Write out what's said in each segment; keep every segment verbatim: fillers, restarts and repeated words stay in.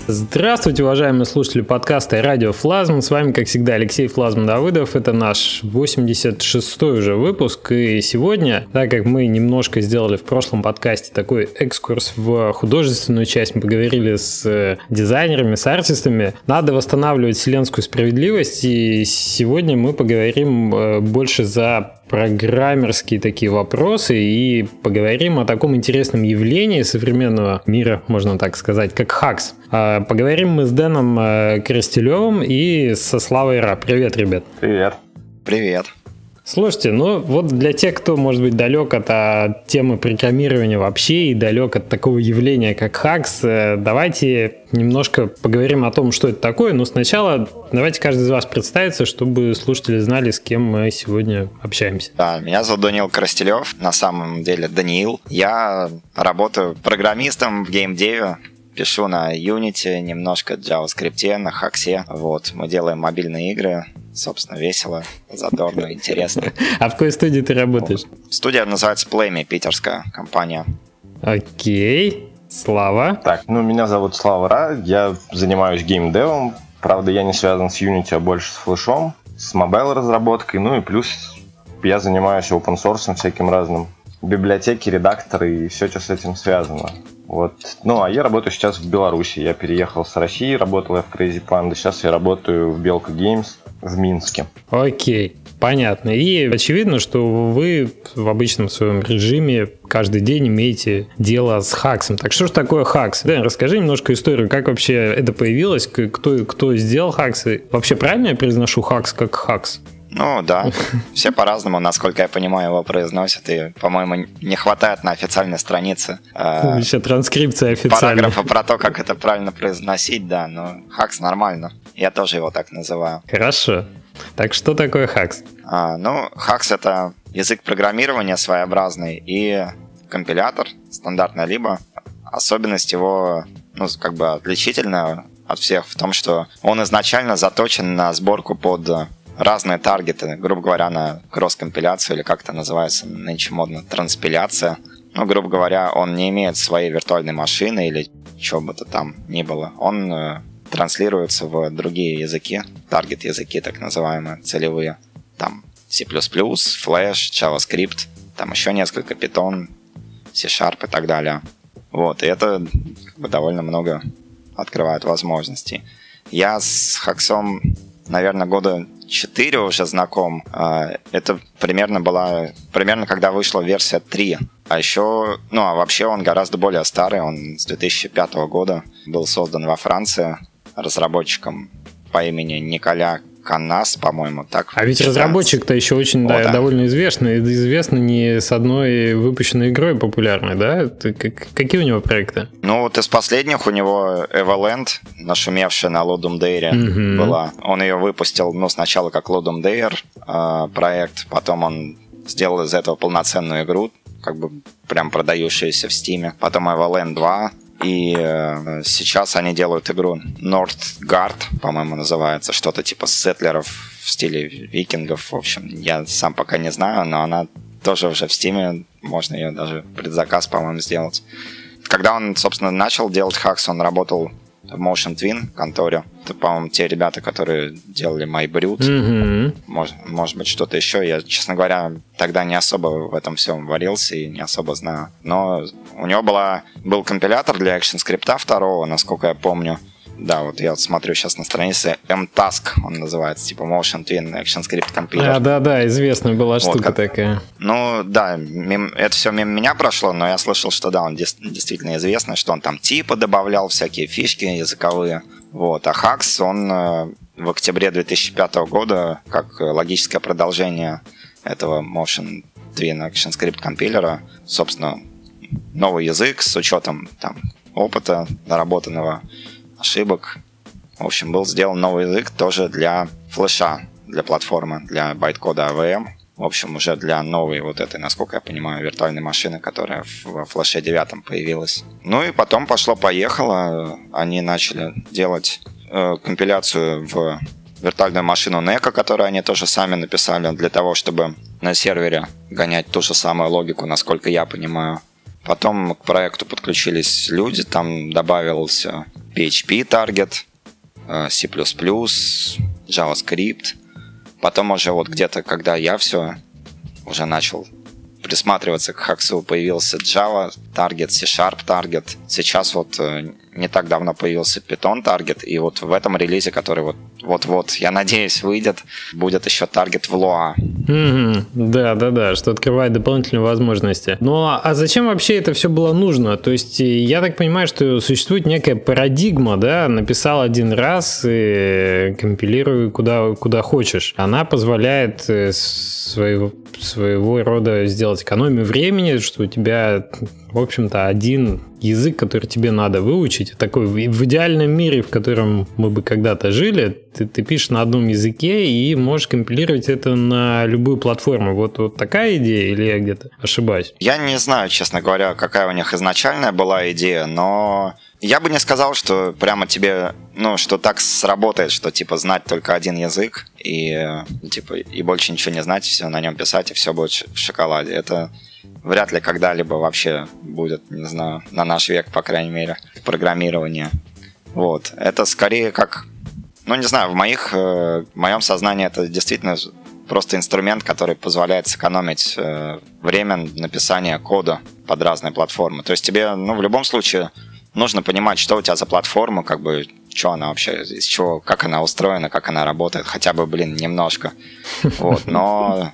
Здравствуйте, уважаемые слушатели подкаста «Радио Флазм». С вами, как всегда, Алексей Флазм-Давыдов. Это наш восемьдесят шестой уже выпуск. И сегодня, так как мы немножко сделали в прошлом подкасте такой экскурс в художественную часть, мы поговорили с дизайнерами, с артистами, надо восстанавливать вселенскую справедливость. И сегодня мы поговорим больше за программерские такие вопросы и поговорим о таком интересном явлении современного мира, можно так сказать, как хакс. Поговорим мы с Дэном Коростелевым и со Славой Ра. Привет, ребят. Привет. Привет. Слушайте, ну вот для тех, кто, может быть, далек от а, темы программирования вообще и далек от такого явления, как хакс, давайте немножко поговорим о том, что это такое. Но сначала давайте каждый из вас представится, чтобы слушатели знали, с кем мы сегодня общаемся. Да, меня зовут Даниил Коростелев, на самом деле Даниил. Я работаю программистом в геймдеве. Пишу на Unity, немножко JavaScript, на Хаксе. Вот, мы делаем мобильные игры. Собственно, весело, задорно, интересно. А в какой студии ты работаешь? Вот. Студия называется Playme, питерская компания. Окей. Слава. Так, ну меня зовут Слава Ра, я занимаюсь геймдевом. Правда, я не связан с Unity, а больше с флешом, с мобайл-разработкой. Ну и плюс я занимаюсь open-source всяким разным. Библиотеки, редакторы и все, что с этим связано. Вот. Ну, а я работаю сейчас в Беларуси. Я переехал с России, работал я в Crazy Panda. Сейчас я работаю в Белка Games в Минске. Окей, понятно. И очевидно, что вы в обычном своем режиме каждый день имеете дело с хаксом. Так что же такое хакс? Да, расскажи немножко историю, как вообще это появилось, кто, кто сделал хаксы. Вообще правильно я произношу хакс как хакс? Ну да, все по-разному, насколько я понимаю, его произносят. И, по-моему, не хватает на официальной странице э, еще транскрипция официальная. Параграфа про то, как это правильно произносить, да. Но хакс нормально. Я тоже его так называю. Хорошо. Так что такое хакс? А, ну, хакс — это язык программирования своеобразный и компилятор стандартный, либо особенность его, ну, как бы отличительная от всех в том, что он изначально заточен на сборку под разные таргеты, грубо говоря, на кросс-компиляцию, или как это называется нынче модно, транспиляция. Ну, грубо говоря, он не имеет своей виртуальной машины или чего бы то там ни было. Он э, транслируется в другие языки, таргет-языки, так называемые, целевые. Там C++, Flash, JavaScript, там еще несколько, Python, C-Sharp и так далее. Вот, и это как бы довольно много открывает возможностей. Я с хаксом, наверное, года четыре уже знаком. Это примерно была, примерно когда вышла версия три. А еще, ну а вообще он гораздо более старый, он с две тысячи пятого года, был создан во Франции разработчиком по имени Николя Канас, по-моему, так. А ведь читается. Разработчик-то еще очень, да, да. довольно известный, известный не с одной выпущенной игрой популярной, да? Какие у него проекты? Ну вот из последних у него Everland, нашумевшая на Ludum Dare, mm-hmm. была. Он ее выпустил, ну, сначала как Ludum Dare э, проект, потом он сделал из этого полноценную игру, как бы прям продающуюся в Steam. Потом Everland два. И э, сейчас они делают игру Northgard, по-моему, называется. Что-то типа сеттлеров в стиле викингов. В общем, я сам пока не знаю, но она тоже уже в Steam. Можно ее даже предзаказ, по-моему, сделать. Когда он, собственно, начал делать хакс, он работал в Motion Twin конторе. Это, по-моему, те ребята, которые делали MyBrute. Mm-hmm. Может, может быть, что-то еще. Я, честно говоря, тогда не особо в этом всем варился и не особо знаю. Но у него была, был компилятор для ActionScript второго, насколько я помню. Да, вот я смотрю сейчас на странице M-Task, он называется, типа Motion Twin ActionScript Compiler. А, да-да, известная была штука вот, как... такая. Ну, да, мим... это все мимо меня прошло, но я слышал, что да, он дес... действительно известный, что он там типа добавлял, всякие фишки языковые. Вот, а хакс, он э, в октябре две тысячи пятого года, как логическое продолжение этого Motion Twin ActionScript Compiler, собственно, новый язык с учетом там опыта наработанного, ошибок. В общем, был сделан новый язык тоже для флеша, для платформы, для байткода эй ви эм. В общем, уже для новой вот этой, насколько я понимаю, виртуальной машины, которая в флеше девятом появилась. Ну и потом пошло-поехало. Они начали делать э, компиляцию в виртуальную машину Neko, которую они тоже сами написали, для того, чтобы на сервере гонять ту же самую логику, насколько я понимаю. Потом к проекту подключились люди, там добавился пи эйч пи таргет, C++, JavaScript. Потом уже вот где-то, когда я все уже начал присматриваться к Хаксу, появился Java таргет, C-Sharp таргет. Сейчас вот не так давно появился Python таргет, и вот в этом релизе, который вот вот-вот, я надеюсь, выйдет, будет еще таргет в Lua. Mm-hmm. Да, да, да, что открывает дополнительные возможности. Ну, а зачем вообще это все было нужно? То есть, я так понимаю, что существует некая парадигма, да, написал один раз и компилируй куда, куда хочешь. Она позволяет своего, своего рода сделать экономию времени, что у тебя, в общем-то, один язык, который тебе надо выучить. Такой в идеальном мире, в котором мы бы когда-то жили, ты, ты пишешь на одном языке и можешь компилировать это на любую платформу. Вот, вот такая идея, или я где-то ошибаюсь? Я не знаю, честно говоря, какая у них изначальная была идея, но я бы не сказал, что прямо тебе, ну, что так сработает, что, типа, знать только один язык и, типа, и больше ничего не знать, все на нем писать, и все будет в шоколаде. Это вряд ли когда-либо вообще будет, не знаю, на наш век, по крайней мере, в программировании. Вот. Это скорее как, ну, не знаю, в моих, в моем сознании это действительно просто инструмент, который позволяет сэкономить время написания кода под разные платформы. То есть тебе, ну, в любом случае нужно понимать, что у тебя за платформа, как бы, что она вообще, из чего, как она устроена, как она работает, хотя бы, блин, немножко. Вот, но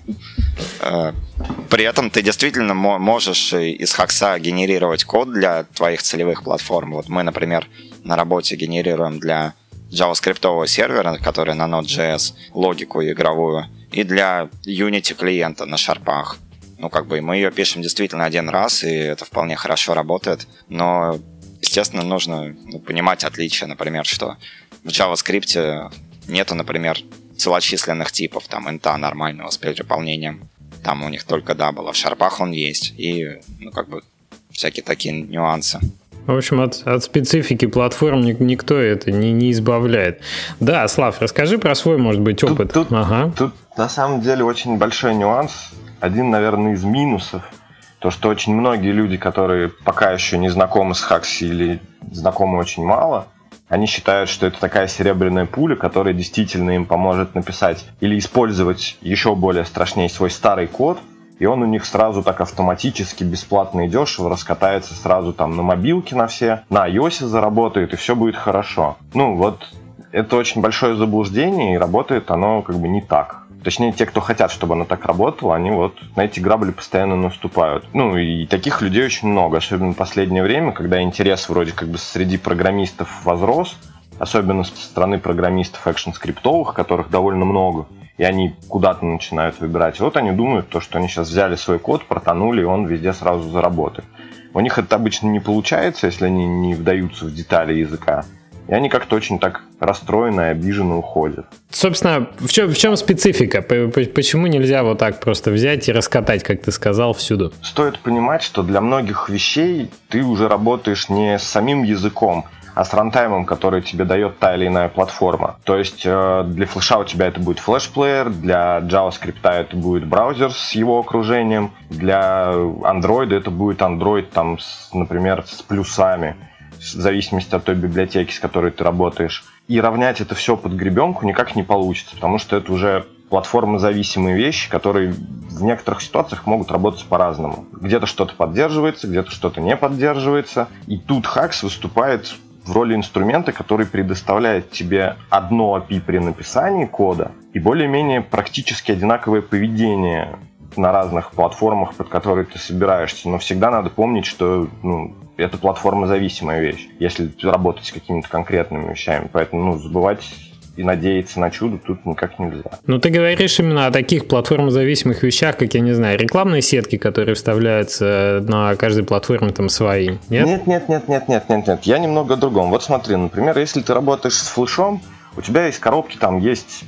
э, при этом ты действительно можешь из Хакса генерировать код для твоих целевых платформ. Вот мы, например, на работе генерируем для JavaScript сервера, который на Node.js, логику игровую, и для Unity клиента на шарпах. Ну, как бы, мы ее пишем действительно один раз, и это вполне хорошо работает, но естественно, нужно, ну, понимать отличия, например, что в JavaScript нету, например, целочисленных типов, там, инта нормального с переполнением, там у них только double, а в шарпах он есть, и, ну, как бы, всякие такие нюансы. В общем, от, от специфики платформ никто это не, не избавляет. Да, Слав, расскажи про свой, может быть, опыт. Тут, тут, ага. тут на самом деле очень большой нюанс, один, наверное, из минусов. То, что очень многие люди, которые пока еще не знакомы с Хакси или знакомы очень мало, они считают, что это такая серебряная пуля, которая действительно им поможет написать или использовать еще более страшнее свой старый код, и он у них сразу так автоматически, бесплатно и дешево раскатается сразу там на мобилке на все, на iOS заработает, и все будет хорошо. Ну вот, это очень большое заблуждение, и работает оно как бы не так. Точнее, те, кто хотят, чтобы оно так работало, они вот на эти грабли постоянно наступают. Ну, и таких людей очень много, особенно в последнее время, когда интерес вроде как бы среди программистов возрос, особенно со стороны программистов экшн-скриптовых, которых довольно много, и они куда-то начинают выбирать. Вот они думают, то, что они сейчас взяли свой код, протонули, и он везде сразу заработает. У них это обычно не получается, если они не вдаются в детали языка. И они как-то очень так расстроенно и обиженно уходят. Собственно, в чем, в чем специфика? Почему нельзя вот так просто взять и раскатать, как ты сказал, всюду? Стоит понимать, что для многих вещей ты уже работаешь не с самим языком, а с рантаймом, который тебе дает та или иная платформа. То есть для флеша у тебя это будет флеш-плеер, для JavaScript это будет браузер с его окружением, для Android это будет Android, там, с, например, с плюсами, в зависимости от той библиотеки, с которой ты работаешь. И равнять это все под гребенку никак не получится, потому что это уже платформозависимые вещи, которые в некоторых ситуациях могут работать по-разному. Где-то что-то поддерживается, где-то что-то не поддерживается. И тут Хакс выступает в роли инструмента, который предоставляет тебе одно эй пи ай при написании кода и более-менее практически одинаковое поведение на разных платформах, под которые ты собираешься. Но всегда надо помнить, что, ну, это платформозависимая вещь, если работать с какими-то конкретными вещами. Поэтому, ну, забывать и надеяться на чудо тут никак нельзя. Ну, ты говоришь именно о таких платформозависимых вещах, как, я не знаю, рекламные сетки, которые вставляются на каждой платформе там свои, нет? Нет, нет, нет, нет, нет, нет, нет. Я немного о другом. Вот смотри, например, если ты работаешь с флешом, у тебя из коробки там есть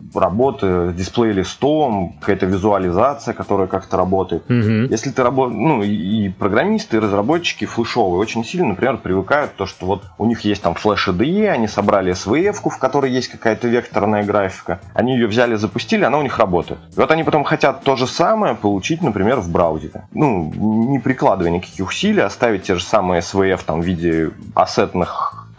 работа с дисплей-листом, какая-то визуализация, которая как-то работает. Угу. Если ты работаешь, ну, и, и программисты, и разработчики флешовые очень сильно, например, привыкают то, что вот у них есть там Flash ай ди и, они собрали эс ви эф-ку, в которой есть какая-то векторная графика, они ее взяли, запустили, она у них работает. И вот они потом хотят то же самое получить, например, в браузере. Ну, не прикладывая никаких усилий, оставить те же самые эс ви эф там в виде ассетных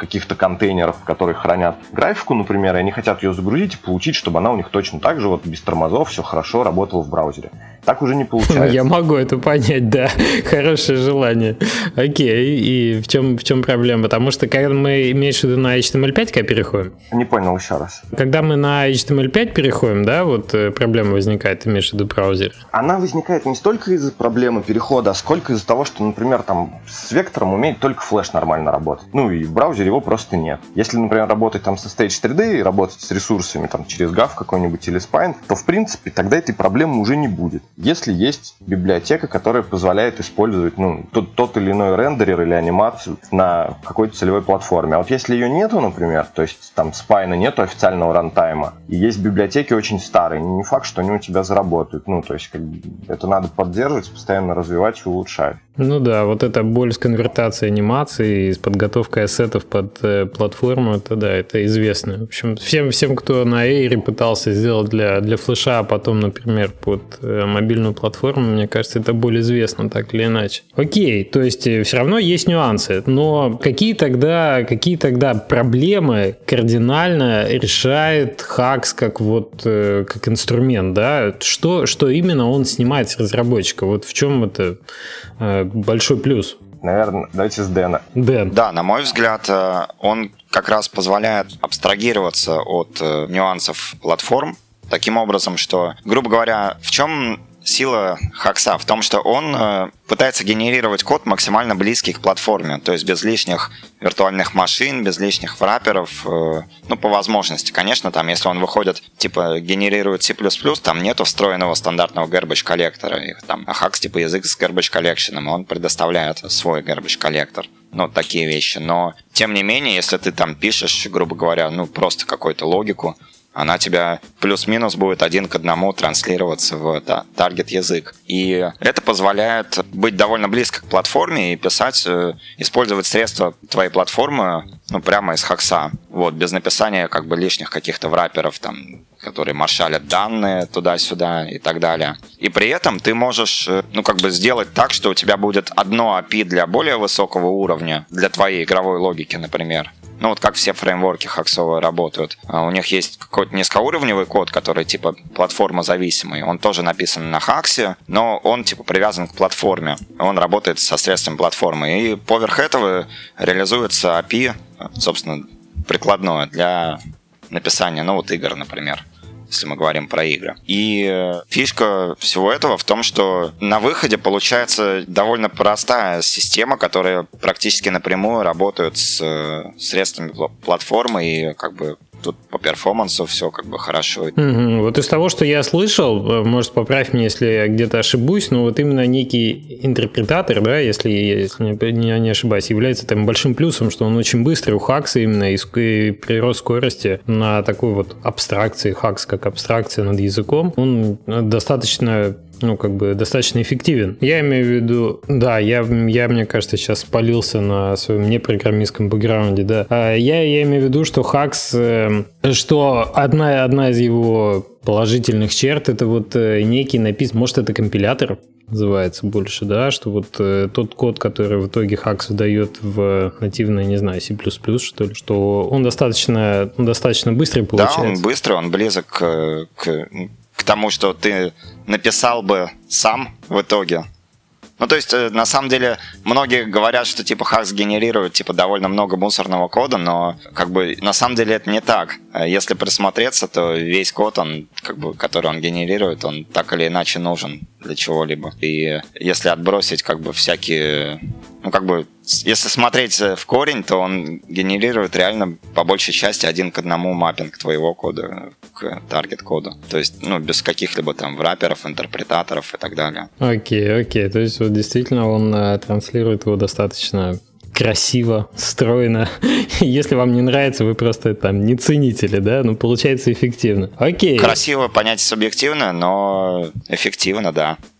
каких-то контейнеров, которые хранят графику, например, и они хотят ее загрузить и получить, чтобы она у них точно так же, вот без тормозов, все хорошо работало в браузере. Так уже не получается. Я могу это понять, да. Хорошее желание. Окей, и в чем, в чем проблема? Потому что когда мы, имеешь в виду, на эйч ти эм эль пять переходим? Не понял еще раз. Когда мы на эйч ти эм эль пять переходим, да, вот проблема возникает, имеешь в виду браузер? Она возникает не столько из-за проблемы перехода, а сколько из-за того, что, например, там с вектором умеет только флеш нормально работать. Ну и в браузере его просто нет. Если, например, работать там со Stage три дэ и работать с ресурсами там через гав какой-нибудь или Spine, то в принципе тогда этой проблемы уже не будет. Если есть библиотека, которая позволяет использовать ну, тот, тот или иной рендерер или анимацию на какой-то целевой платформе. А вот если ее нету, например, то есть там Spine нету официального рантайма, и есть библиотеки очень старые, не факт, что они у тебя заработают. Ну, то есть как бы, это надо поддерживать, постоянно развивать и улучшать. Ну да, вот эта боль с конвертацией анимации, с подготовкой ассетов под э, платформу, это да, это известно. В общем, всем, всем кто на Air пытался сделать для, для флеша, а потом, например, под э, мобильную платформу, мне кажется, это более известно, так или иначе. Окей, то есть э, все равно есть нюансы, но какие тогда, какие тогда проблемы кардинально решает Haxe как вот э, как инструмент, да? Что, что именно он снимает с разработчика? Вот в чем это э, большой плюс? Наверное, давайте с Дэна. Дэн. Да, на мой взгляд, он как раз позволяет абстрагироваться от нюансов платформ таким образом, что, грубо говоря, в чем сила Haxe? В том, что он пытается генерировать код максимально близкий к платформе, то есть без лишних виртуальных машин, без лишних врапперов, ну, по возможности. Конечно, там, если он выходит, типа, генерирует C++, там нету встроенного стандартного garbage коллектора. Там, а Haxe, типа, язык с garbage collection, он предоставляет свой garbage коллектор. Ну, такие вещи. Но, тем не менее, если ты там пишешь, грубо говоря, ну, просто какую-то логику, она тебя плюс-минус будет один к одному транслироваться в да, таргет-язык. И это позволяет быть довольно близко к платформе и писать, использовать средства твоей платформы ну, прямо из Haxe. Вот, без написания как бы лишних каких-то врапперов, там, которые маршалят данные туда-сюда и так далее. И при этом ты можешь ну, как бы сделать так, что у тебя будет одно эй пи ай для более высокого уровня, для твоей игровой логики, например. Ну, вот как все фреймворки хаксовые работают. У них есть какой-то низкоуровневый код, который, типа, платформозависимый. Он тоже написан на Haxe, но он, типа, привязан к платформе. Он работает со средством платформы. И поверх этого реализуется эй пи ай, собственно, прикладное для написания, ну, вот игр, например, если мы говорим про игры. И фишка всего этого в том, что на выходе получается довольно простая система, которая практически напрямую работает с средствами платформы и как бы тут по перформансу все как бы хорошо. Угу. Вот из того, что я слышал, может, поправь меня, если я где-то ошибусь, но вот именно некий интерпретатор, да, если я не, не ошибаюсь, является там большим плюсом, что он очень быстрый у Haxe именно и, и при рост скорости на такой вот абстракции, Haxe как абстракция над языком, он достаточно ну, как бы достаточно эффективен. Я имею в виду, да, я, я мне кажется, сейчас спалился на своем непрограммистском бэкграунде, да. Я, я имею в виду, что Haxe, что одна, одна из его положительных черт, это вот некий написан, может, это компилятор называется больше, да, что вот э, тот код, который в итоге Haxe дает в нативное, не знаю, C++, что ли, что он достаточно, он достаточно быстрый получается. Да, он быстрый, он близок к, к, к тому, что ты написал бы сам в итоге. Ну, то есть, на самом деле, многие говорят, что, типа, Haxe генерирует, типа, довольно много мусорного кода, но, как бы, на самом деле это не так. Если присмотреться, то весь код, он, как бы, который он генерирует, он так или иначе нужен для чего-либо. И если отбросить, как бы, всякие... Ну, как бы, если смотреть в корень, то он генерирует реально по большей части один к одному маппинг твоего кода к таргет-коду. То есть, ну, без каких-либо там врапперов, интерпретаторов и так далее. Окей, окей. То есть, вот действительно он а, транслирует его достаточно красиво, стройно. Если вам не нравится, вы просто там не ценители, да? Ну, получается эффективно. Окей. Красиво понятие субъективно, но эффективно, да.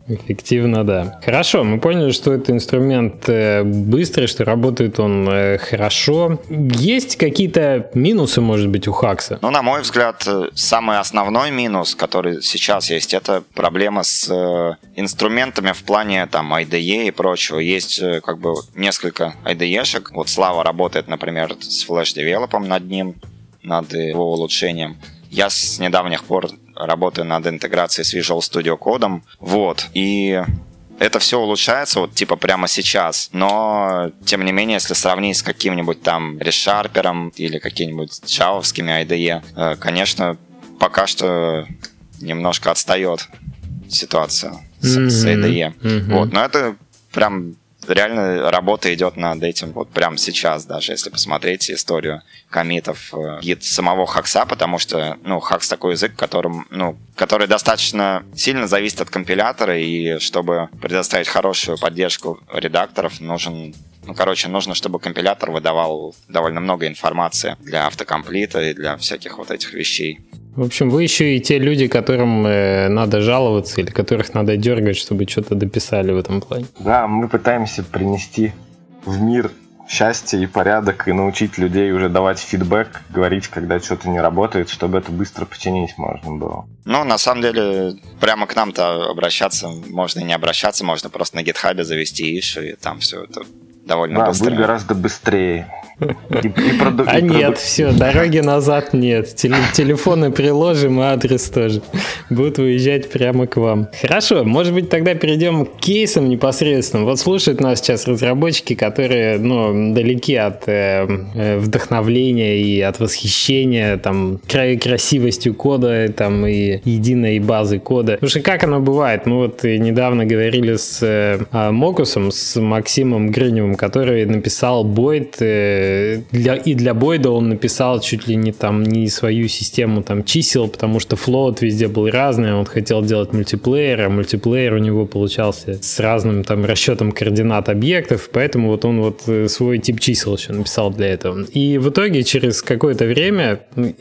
Эффективно, да. Хорошо, мы поняли, что это инструмент быстрый, что работает он хорошо. Есть какие-то минусы, может быть, у Хакса? Ну, на мой взгляд, самый основной минус, который сейчас есть, это проблема с инструментами в плане там ай ди и и прочего. Есть как бы несколько ай ди и-шек. Вот Слава работает, например, с флеш-девелопом над ним, над его улучшением. Я с недавних пор работаю над интеграцией с Visual Studio Code. Вот. И это все улучшается вот типа прямо сейчас. Но, тем не менее, если сравнить с каким-нибудь там ReSharper или какими-нибудь джавовскими ай ди и, конечно, пока что немножко отстает ситуация с, mm-hmm. с ай ди и. Mm-hmm. Вот. Но это прям... Реально работа идет над этим вот прямо сейчас, даже если посмотреть историю коммитов гид самого Хакса, потому что, ну, Хакс такой язык, которым, ну, который достаточно сильно зависит от компилятора, и чтобы предоставить хорошую поддержку редакторов, нужен, ну, короче, нужно, чтобы компилятор выдавал довольно много информации для автокомплита и для всяких вот этих вещей. В общем, вы еще и те люди, которым э, надо жаловаться или которых надо дергать, чтобы что-то дописали в этом плане. Да, мы пытаемся принести в мир счастье и порядок и научить людей уже давать фидбэк, говорить, когда что-то не работает, чтобы это быстро починить можно было. Ну, на самом деле, прямо к нам-то обращаться можно и не обращаться, можно просто на гитхабе завести issue, и там все это довольно да, быстро. Да, будет гораздо быстрее. И, и проду... А и нет, проду... все, дороги назад нет. Телефоны приложим, и адрес тоже. Будут выезжать прямо к вам. Хорошо, может быть, тогда перейдем к кейсам непосредственно. Вот слушают нас сейчас разработчики, которые, ну, далеки от э, вдохновления и от восхищения там красивостью кода там, и единой базы кода. Потому что как оно бывает? Мы вот недавно говорили с э, Мокусом, с Максимом Гриневым, который написал Бойд. Э, Для, и для Бойда он написал чуть ли не там не свою систему там чисел, потому что флоут везде был разный, он хотел делать мультиплеер, а мультиплеер у него получался с разным там расчетом координат объектов, поэтому вот он вот свой тип чисел еще написал для этого. И в итоге через какое-то время,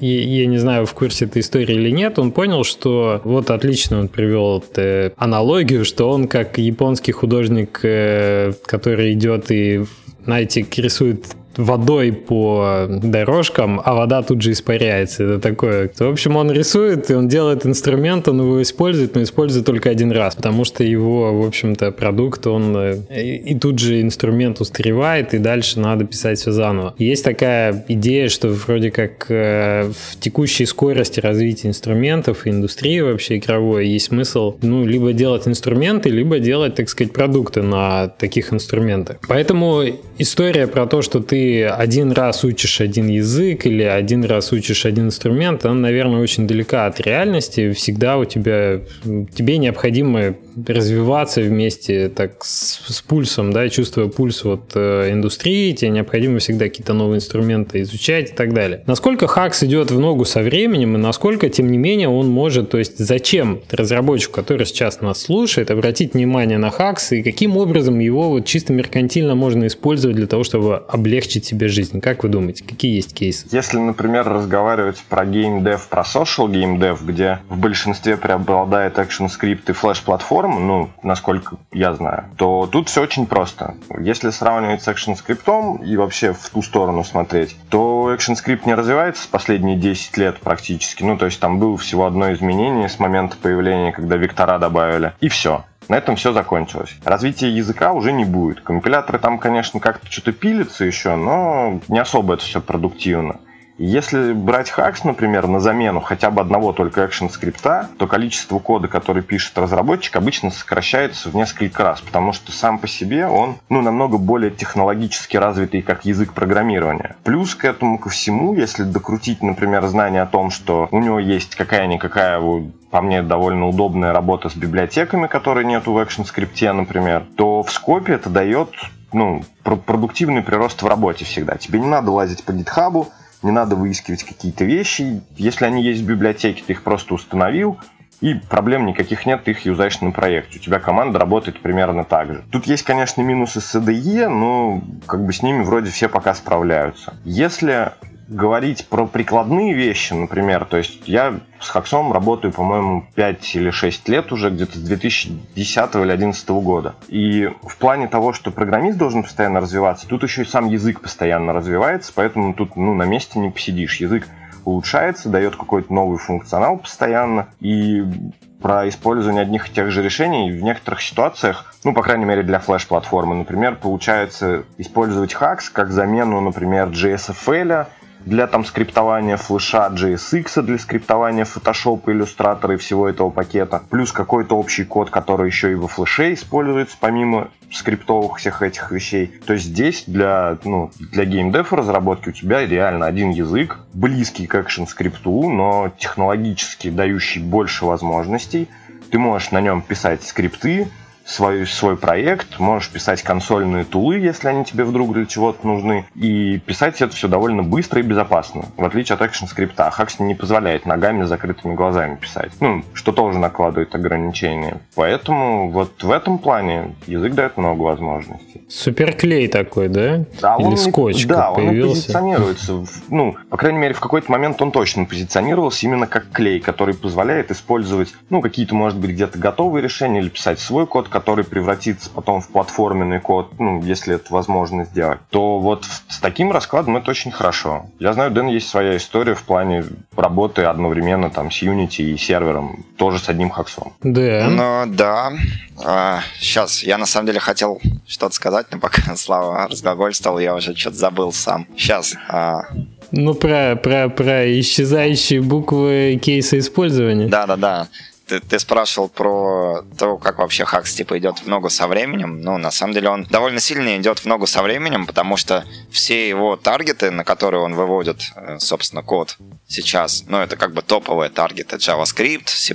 я не знаю, в курсе этой истории или нет, он понял, что вот отлично он привел аналогию, что он как японский художник, который идет и, знаете, рисует водой по дорожкам, а вода тут же испаряется. Это такое. В общем, он рисует, и он делает инструмент, он его использует, но использует только один раз, потому что его, в общем-то, продукт, он и, и тут же инструмент устаревает, и дальше надо писать все заново. Есть такая идея, что вроде как э, в текущей скорости развития инструментов и индустрии вообще игровой есть смысл, ну, либо делать инструменты, либо делать, так сказать, продукты на таких инструментах. Поэтому история про то, что ты один раз учишь один язык или один раз учишь один инструмент, она, наверное, очень далека от реальности. Всегда у тебя, тебе необходимо развиваться вместе так с, с пульсом, да, чувствуя пульс вот э, индустрии, тебе необходимо всегда какие-то новые инструменты изучать и так далее. Насколько Хакс идет в ногу со временем и насколько, тем не менее, он может, то есть зачем разработчику, который сейчас нас слушает, обратить внимание на Хакс и каким образом его вот чисто меркантильно можно использовать для того, чтобы облегчить себе жизнь? Как вы думаете, какие есть кейсы? Если, например, разговаривать про геймдев, про social геймдев, где в большинстве преобладает ActionScript и флеш-платформа, ну, насколько я знаю, то тут все очень просто. Если сравнивать с ActionScript и вообще в ту сторону смотреть, то ActionScript не развивается с последние десять лет практически. Ну, то есть там было всего одно изменение с момента появления, когда вектора добавили, и все. На этом все закончилось. Развития языка уже не будет. Компиляторы там, конечно, как-то что-то пилятся еще, но не особо это все продуктивно. Если брать Хакс, например, на замену хотя бы одного только ActionScript, то количество кода, который пишет разработчик, обычно сокращается в несколько раз, потому что сам по себе он, ну, намного более технологически развитый как язык программирования. Плюс к этому ко всему, если докрутить, например, знание о том, что у него есть какая-никакая, по мне, довольно удобная работа с библиотеками, которой нету в ActionScript, например, то в скопе это дает, ну, продуктивный прирост в работе всегда. Тебе не надо лазить по гитхабу, не надо выискивать какие-то вещи. Если они есть в библиотеке, ты их просто установил, и проблем никаких нет, ты их юзаешь на проекте. У тебя команда работает примерно так же. Тут есть, конечно, минусы с ай ди и, но как бы с ними вроде все пока справляются. Если говорить про прикладные вещи, например, то есть я с Хаксом работаю, по-моему, пять или шесть лет уже, где-то с две тысячи десятого или две тысячи одиннадцатого года. И в плане того, что программист должен постоянно развиваться, тут еще и сам язык постоянно развивается, поэтому тут ну, на месте не посидишь. Язык улучшается, дает какой-то новый функционал постоянно, и про использование одних и тех же решений в некоторых ситуациях, ну, по крайней мере, для флеш-платформы, например, получается использовать Hacks как замену, например, джей эс эф эл для там скриптования флеша, джей эс икс для скриптования Photoshop, Illustrator и всего этого пакета, плюс какой-то общий код, который еще и во флеше используется, помимо скриптовых всех этих вещей. То есть здесь для, ну, для геймдев разработки у тебя реально один язык, близкий к экшн-скрипту, но технологически дающий больше возможностей. Ты можешь на нем писать скрипты, Свой, свой проект, можешь писать консольные тулы, если они тебе вдруг для чего-то нужны, и писать это все довольно быстро и безопасно, в отличие от экшн-скрипта. Hacks не позволяет ногами с закрытыми глазами писать, ну, что тоже накладывает ограничения. Поэтому вот в этом плане язык дает много возможностей. Суперклей такой, да? Да, Или он скотч, да, как он появился? позиционируется, в, ну, по крайней мере, в какой-то момент он точно позиционировался именно как клей, который позволяет использовать, ну, какие-то, может быть, где-то готовые решения или писать свой код, который превратится потом в платформенный код, ну, если это возможно сделать, то вот с таким раскладом это очень хорошо. Я знаю, у Дэна есть своя история в плане работы одновременно там с Unity и сервером, тоже с одним хаксом. Да. Ну, да. А, сейчас, я на самом деле хотел что-то сказать, но пока Слава разглагольствовал, я уже что-то забыл сам. Сейчас. А... Ну, про, про, про исчезающие буквы кейса использования. Да-да-да. Ты, ты спрашивал про то, как вообще Hacks типа идет в ногу со временем. Ну, на самом деле, он довольно сильно идет в ногу со временем, потому что все его таргеты, на которые он выводит, собственно, код сейчас, ну, это как бы топовые таргеты. JavaScript, C++,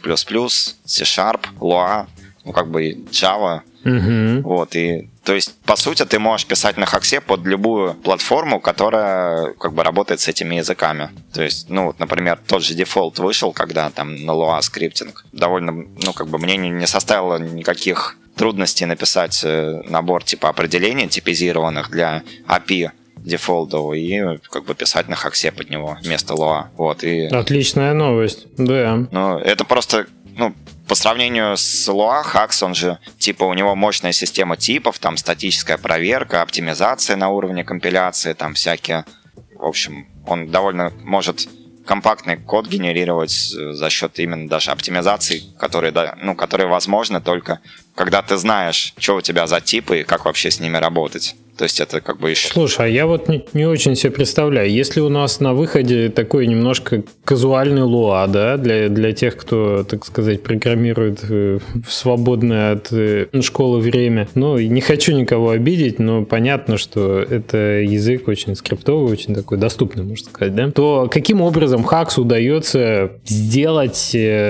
C-Sharp, Lua, ну, как бы Java. Угу. Вот, и то есть, по сути, ты можешь писать на Хаксе под любую платформу, которая как бы работает с этими языками. То есть, ну, вот, например, тот же дефолт вышел, когда там на Lua скриптинг. Довольно, ну, как бы мне не, не составило никаких трудностей написать набор типа определений типизированных для эй пи ай дефолтового и как бы писать на Хаксе под него вместо Lua. Вот, и... Отличная новость, да. Ну, это просто, ну, по сравнению с Lua, Hacks, он же, типа, у него мощная система типов, там статическая проверка, оптимизация на уровне компиляции, там всякие, в общем, он довольно может компактный код генерировать за счет именно даже оптимизаций, которые, ну, которые возможны только когда ты знаешь, что у тебя за типы и как вообще с ними работать. То есть это как бы еще... Слушай, а я вот не, не очень себе представляю. Если у нас на выходе такой немножко казуальный Lua, да, для, для тех, кто, так сказать, программирует в свободное от школы время. Ну, не хочу никого обидеть, но понятно, что это язык очень скриптовый, очень такой доступный, можно сказать, да? То каким образом Hacks удается сделать...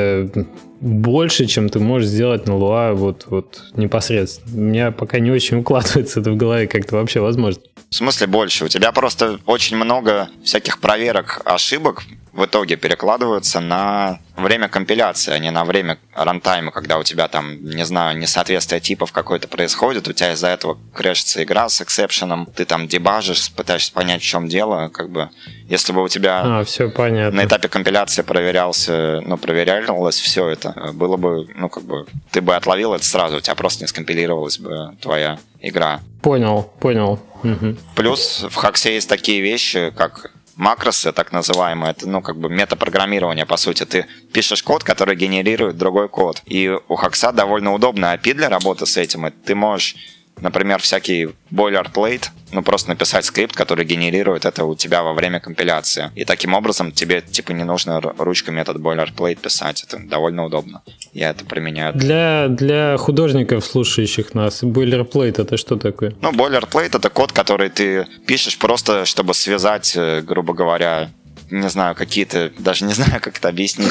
больше, чем ты можешь сделать на Lua вот, вот непосредственно. У меня пока не очень укладывается это в голове, как это вообще возможно. В смысле больше? У тебя просто очень много всяких проверок, ошибок в итоге перекладываются на время компиляции, а не на время рантайма, когда у тебя там, не знаю, несоответствие типов какое-то происходит, у тебя из-за этого крэшится игра с эксепшеном, ты там дебажишь, пытаешься понять, в чем дело, как бы, если бы у тебя а, все понятно. На этапе компиляции проверялся, ну, проверялось все это, было бы, ну, как бы, ты бы отловил это сразу, у тебя просто не скомпилировалась бы твоя игра. Понял, понял. Угу. Плюс в Хаксе есть такие вещи, как макросы, так называемые, это, ну, как бы метапрограммирование, по сути. Ты пишешь код, который генерирует другой код. И у Хакса довольно удобно эй пи ай для работы с этим. И ты можешь, например, всякий boilerplate, ну, просто написать скрипт, который генерирует это у тебя во время компиляции. И таким образом тебе, типа, не нужно ручками этот boilerplate писать. Это довольно удобно. Я это применяю. Для, для художников, слушающих нас, boilerplate — это что такое? Ну, boilerplate — это код, который ты пишешь просто, чтобы связать, грубо говоря, не знаю, какие-то, даже не знаю, как это объяснить.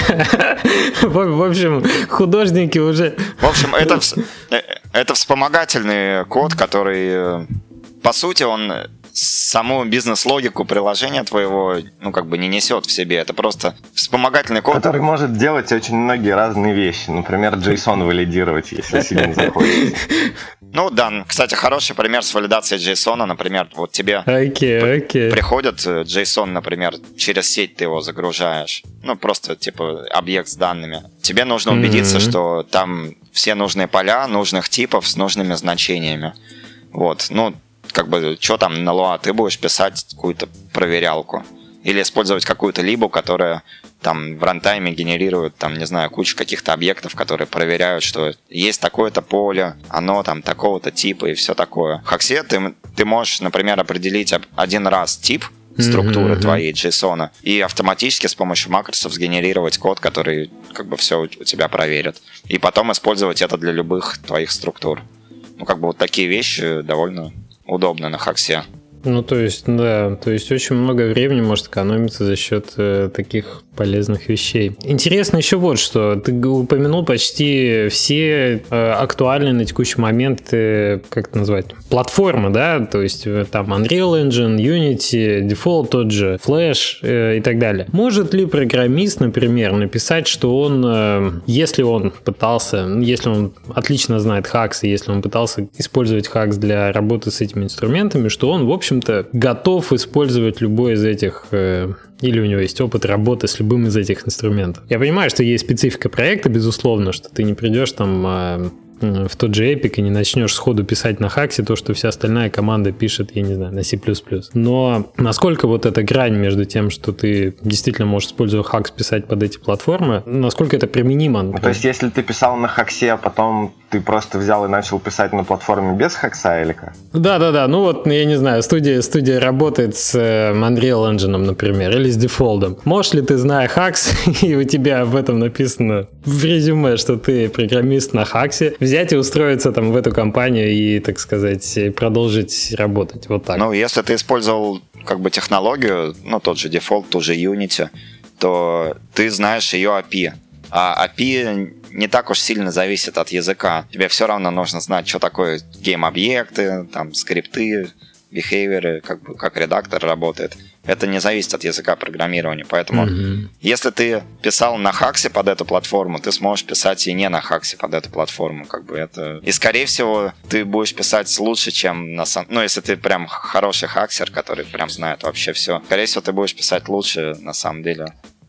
В общем, художники уже... В общем, это, это вспомогательный код, который, по сути, он саму бизнес-логику приложения твоего, ну, как бы не несет в себе. Это просто вспомогательный код. Который может делать очень многие разные вещи. Например, JSON валидировать, если сильно захочется. Ну да, кстати, хороший пример с валидацией JSON. Например, вот тебе okay, okay. приходит JSON, например, через сеть ты его загружаешь. Ну, просто типа объект с данными. Тебе нужно убедиться, mm-hmm. что там все нужные поля, нужных типов с нужными значениями. Вот, ну, как бы, что там на Lua, ты будешь писать какую-то проверялку. Или использовать какую-то либу, которая там в рантайме генерирует, там, не знаю, кучу каких-то объектов, которые проверяют, что есть такое-то поле, оно там такого-то типа и все такое. В Хаксе ты, ты можешь, например, определить один раз тип структуры mm-hmm. твоей JSON и автоматически с помощью макросов сгенерировать код, который как бы все у тебя проверит. И потом использовать это для любых твоих структур. Ну, как бы вот такие вещи довольно удобны на Хаксе. Ну, то есть, да, то есть очень много времени может экономиться за счет э, таких полезных вещей. Интересно еще вот что. Ты упомянул почти все э, актуальные на текущий момент, э, как это назвать, платформы, да, то есть э, там Unreal Engine, Unity, Default тот же, Flash э, и так далее. Может ли программист, например, написать, что он, э, если он пытался, если он отлично знает Hacks, и если он пытался использовать Hacks для работы с этими инструментами, что он, в общем, готов использовать любой из этих, э, или у него есть опыт работы с любым из этих инструментов. Я понимаю, что есть специфика проекта, безусловно, что ты не придешь там э, в тот же Epic и не начнешь сходу писать на Хаксе то, что вся остальная команда пишет, я не знаю, на C++. Но насколько вот эта грань между тем, что ты действительно можешь, используя Хакс, писать под эти платформы, насколько это применимо? Ну, то есть, если ты писал на Хаксе, а потом ты просто взял и начал писать на платформе без Хакса или как? Да-да-да, ну вот, я не знаю, студия, студия работает с Unreal Engine, например, или с Default. Можешь ли ты, зная Хакс, и у тебя в этом написано в резюме, что ты программист на Хаксе, взять и устроиться там в эту компанию и, так сказать, продолжить работать вот так? Ну, если ты использовал как бы технологию, ну, тот же Default, ту же Unity, то ты знаешь ее эй пи ай. А эй пи ай не так уж сильно зависит от языка. Тебе все равно нужно знать, что такое гейм-объекты, там, скрипты, behavior, как бы, как редактор работает. Это не зависит от языка программирования. Поэтому, mm-hmm. если ты писал на Хаксе под эту платформу, ты сможешь писать и не на Хаксе под эту платформу. Как бы это... И, скорее всего, ты будешь писать лучше, чем на самом... Ну, если ты прям хороший хаксер, который прям знает вообще все. Скорее всего, ты будешь писать лучше, на самом деле,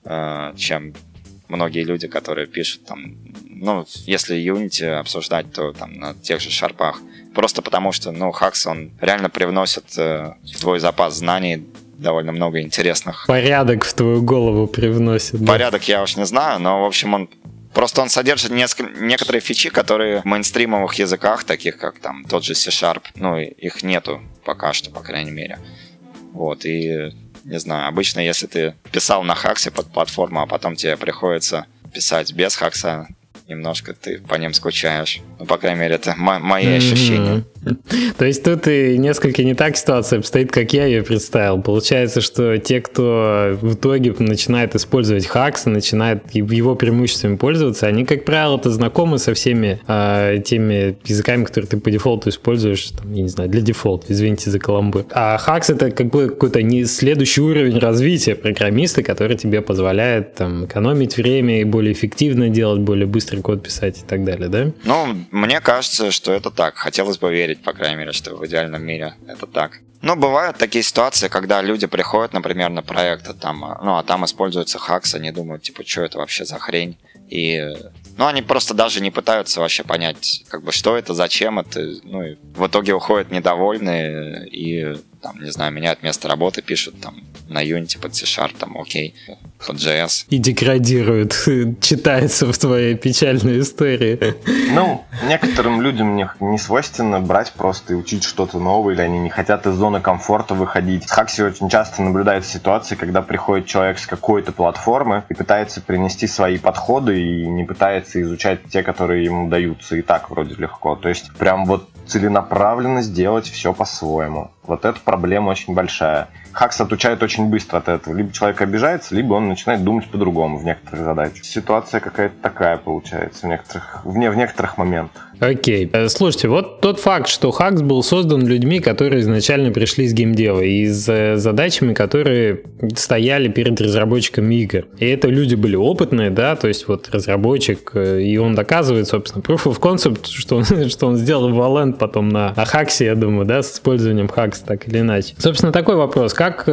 чем многие люди, которые пишут там... Ну, если Unity обсуждать, то там на тех же шарпах. Просто потому что, ну, Хакс, он реально привносит э, в твой запас знаний довольно много интересных. Порядок в твою голову привносит. Порядок да? Я уж не знаю, но, в общем, он... Просто он содержит несколько, некоторые фичи, которые в мейнстримовых языках, таких как там тот же C-Sharp, ну, их нету пока что, по крайней мере. Вот, и... Не знаю, обычно, если ты писал на Хаксе под платформу, а потом тебе приходится писать без Хакса, немножко ты по ним скучаешь. Ну, по крайней мере, это мо- мои mm-hmm. ощущения. То есть тут и несколько не так ситуация обстоит, как я ее представил. Получается, что те, кто в итоге начинает использовать Хакс, начинает его преимуществами пользоваться, они, как правило-то, знакомы со всеми э, теми языками, которые ты по дефолту используешь, там, я не знаю, для дефолта, извините за каламбур. А Хакс — это как бы какой-то не следующий уровень развития программиста, который тебе позволяет там экономить время и более эффективно делать, более быстрый код писать и так далее, да? Ну, мне кажется, что это так. Хотелось бы верить, по крайней мере, что в идеальном мире это так. Но бывают такие ситуации, когда люди приходят, например, на проект, а там, ну, а там используется Хакс, они думают, типа, что это вообще за хрень? И, ну, они просто даже не пытаются вообще понять, как бы, что это, зачем это, ну, и в итоге уходят недовольные и, там, не знаю, меняют место работы, пишут, там, на Unity под C-Sharp, там, окей, под джей эс. И деградируют, читается в твоей печальной истории. Ну, некоторым людям не, не свойственно брать просто и учить что-то новое, или они не хотят из зоны комфорта выходить. В Хаксе очень часто наблюдается ситуация, когда приходит человек с какой-то платформы и пытается принести свои подходы и не пытается изучать те, которые ему даются и так вроде легко. То есть прям вот целенаправленно сделать все по-своему. Вот эта проблема очень большая. Хакс отучает очень быстро от этого. Либо человек обижается, либо он начинает думать по-другому в некоторых задачах. Ситуация какая-то такая получается в некоторых, в, не, в некоторых моментах. Окей. Слушайте, вот тот факт, что Хакс был создан людьми, которые изначально пришли из геймдева, и с задачами, которые стояли перед разработчиками игр. И это люди были опытные, да, то есть вот разработчик, и он доказывает, собственно, proof of concept, что он, что он сделал Valorant потом на, на Хаксе, я думаю, да, с использованием Хакса, так или иначе. Собственно, такой вопрос. Как,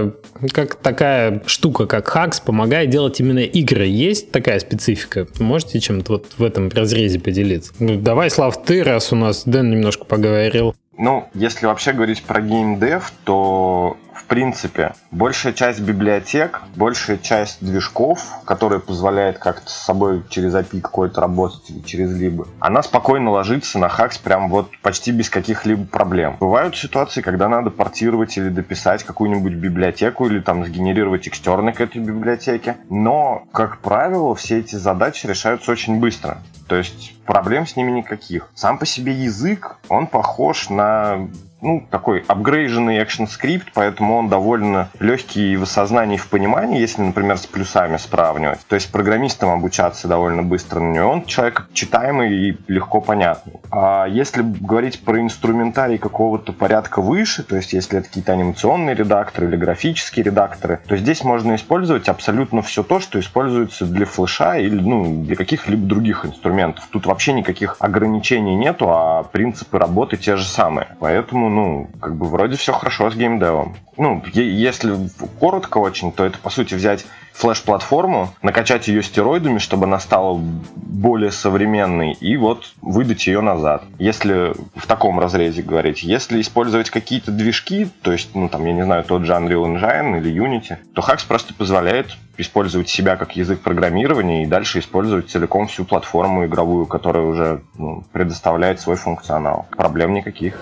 как такая штука, как Хакс, помогает делать именно игры? Есть такая специфика? Можете чем-то вот в этом разрезе поделиться? Ну, давай, Слав, ты, раз у нас Дэн немножко поговорил. Ну, если вообще говорить про геймдев, то, в принципе, большая часть библиотек, большая часть движков, которые позволяют как-то с собой через эй пи ай какой-то работать или через либо, она спокойно ложится на Хакс прям вот почти без каких-либо проблем. Бывают ситуации, когда надо портировать или дописать какую-нибудь библиотеку или там сгенерировать экстерны к этой библиотеке, но, как правило, все эти задачи решаются очень быстро. То есть проблем с ними никаких. Сам по себе язык, он похож на, ну, такой апгрейженный экшн-скрипт, поэтому он довольно легкий в осознании и в понимании, если, например, с плюсами сравнивать. То есть программистам обучаться довольно быстро на него. Он человек читаемый и легко понятный. А если говорить про инструментарий какого-то порядка выше, то есть если это какие-то анимационные редакторы или графические редакторы, то здесь можно использовать абсолютно все то, что используется для флеша или, ну, для каких-либо других инструментов. Тут вообще никаких ограничений нету, а принципы работы те же самые. Поэтому, ну, как бы вроде все хорошо с геймдевом. Ну, если коротко очень, то это, по сути, взять флеш-платформу, накачать ее стероидами, чтобы она стала более современной, и вот выдать ее назад. Если в таком разрезе говорить. Если использовать какие-то движки, то есть, ну, там, я не знаю, тот же Unreal Engine или Unity, то Хакс просто позволяет использовать себя как язык программирования и дальше использовать целиком всю платформу игровую, которая уже, ну, предоставляет свой функционал. Проблем никаких.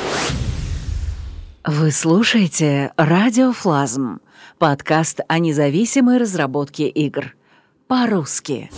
Вы слушаете «Радио Флазм», подкаст о независимой разработке игр. По-русски.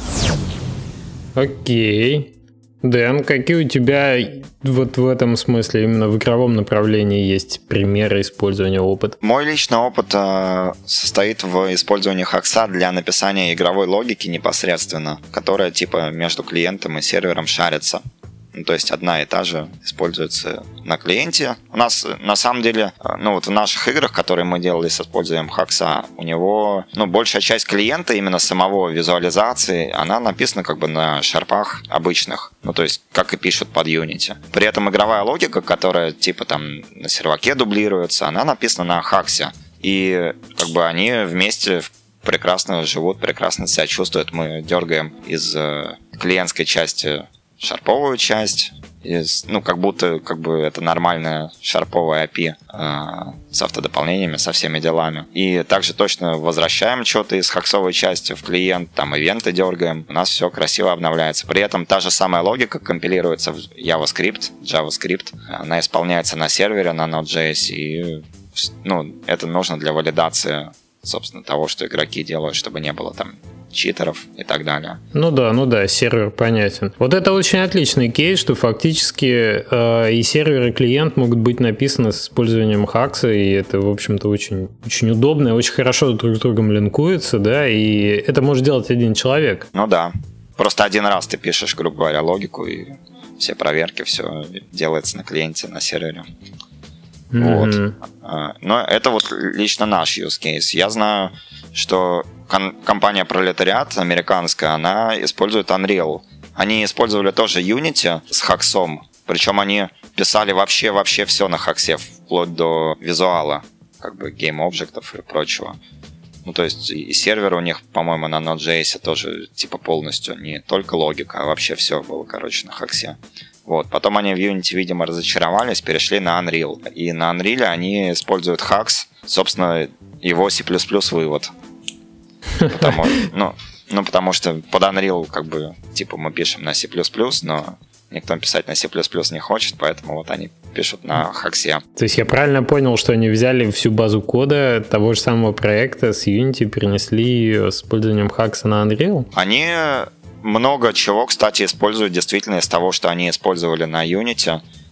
Окей. Дэн, какие у тебя вот в этом смысле, именно в игровом направлении, есть примеры использования опыта? Мой личный опыт э, состоит в использовании Хакса для написания игровой логики непосредственно, которая типа между клиентом и сервером шарится. Ну, то есть одна и та же используется на клиенте. У нас, на самом деле, ну вот в наших играх, которые мы делали с использованием Хакса, у него, ну, большая часть клиента, именно самого визуализации, она написана как бы на шарпах обычных. Ну, то есть, как и пишут под Unity. При этом игровая логика, которая типа там на серваке дублируется, она написана на Хаксе. И как бы они вместе прекрасно живут, прекрасно себя чувствуют. Мы дергаем из клиентской части шарповую часть, из, ну, как будто как бы это нормальная шарповая эй пи ай э, с автодополнениями, со всеми делами. И также точно возвращаем что-то из хаксовой части в клиент, там ивенты дергаем, у нас все красиво обновляется. При этом та же самая логика компилируется в JavaScript, JavaScript, она исполняется на сервере, на Node.js, и, ну, это нужно для валидации, собственно, того, что игроки делают, чтобы не было там читеров и так далее. Ну да, ну да, сервер понятен. Вот это очень отличный кейс, что фактически э, и сервер, и клиент могут быть написаны с использованием Хакса, и это, в общем-то, очень, очень удобно, очень хорошо друг с другом линкуется, да, и это может делать один человек. Ну да. Просто один раз ты пишешь, грубо говоря, логику, и все проверки, все делается на клиенте, на сервере. Mm-hmm. Вот. Но это вот лично наш use case. Я знаю, что кон- компания Пролетариат американская, она использует Unreal. Они использовали тоже Unity с Хаксом. Причем они писали вообще-вообще все на Хаксе, вплоть до визуала, как бы гейм-объектов и прочего. Ну, то есть и сервер у них, по-моему, на Node.js тоже типа полностью не только логика, а вообще все было, короче, на Хаксе. Вот. Потом они в Unity, видимо, разочаровались, перешли на Unreal. И на Unreal они используют Hacks, собственно, его C++ вывод. Потому, ну, ну, потому что под Unreal, как бы, типа, мы пишем на C++, но никто писать на C++ не хочет, поэтому вот они пишут на Хаксе. То есть я правильно понял, что они взяли всю базу кода того же самого проекта с Unity, перенесли ее с использованием Хакса на Unreal? Они много чего, кстати, используют действительно из того, что они использовали на Unity.